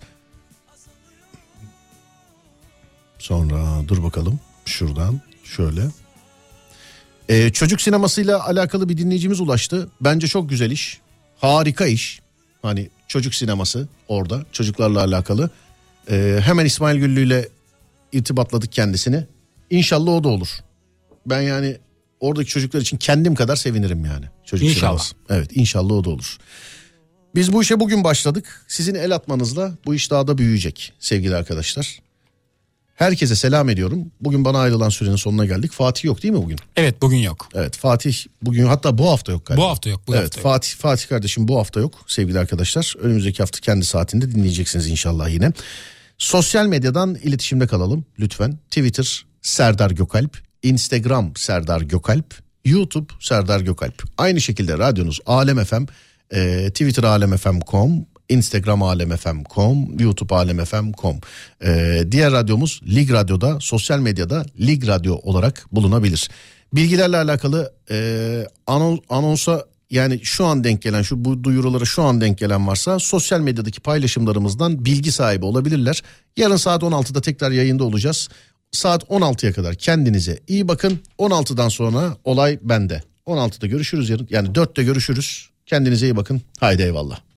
Sonra dur bakalım şuradan şöyle. Ee, çocuk sinemasıyla alakalı bir dinleyicimiz ulaştı. Bence çok güzel iş. Harika iş. Hani çocuk sineması orada çocuklarla alakalı. Ee, hemen İsmail Güllü ile irtibatladık kendisini. İnşallah o da olur. Ben yani oradaki çocuklar için kendim kadar sevinirim yani. Çocuk İnşallah. sineması. Evet, inşallah o da olur. Biz bu işe bugün başladık. Sizin el atmanızla bu iş daha da büyüyecek sevgili arkadaşlar. Herkese selam ediyorum. Bugün bana ayrılan sürenin sonuna geldik. Fatih yok değil mi bugün? Evet, bugün yok. Evet, Fatih bugün, hatta bu hafta yok galiba. Bu hafta yok. Bu evet, hafta yok. Fatih Fatih kardeşim bu hafta yok sevgili arkadaşlar. Önümüzdeki hafta kendi saatinde dinleyeceksiniz inşallah yine. Sosyal medyadan iletişimde kalalım lütfen. Twitter Serdar Gökalp, Instagram Serdar Gökalp, YouTube Serdar Gökalp. Aynı şekilde radyonuz Alem F M, e, Twitter alemfm nokta com, Instagram alemfm nokta com, YouTube alemfm nokta com. Ee, diğer radyomuz Lig Radyo'da, sosyal medyada Lig Radyo olarak bulunabilir. Bilgilerle alakalı e, anons, anonsa yani şu an denk gelen, şu bu duyurulara şu an denk gelen varsa sosyal medyadaki paylaşımlarımızdan bilgi sahibi olabilirler. Yarın saat on altıda tekrar yayında olacağız. Saat on altıya kadar kendinize iyi bakın. on altıdan sonra olay bende. on altıda görüşürüz yarın. Yani dörtte görüşürüz. Kendinize iyi bakın. Haydi eyvallah.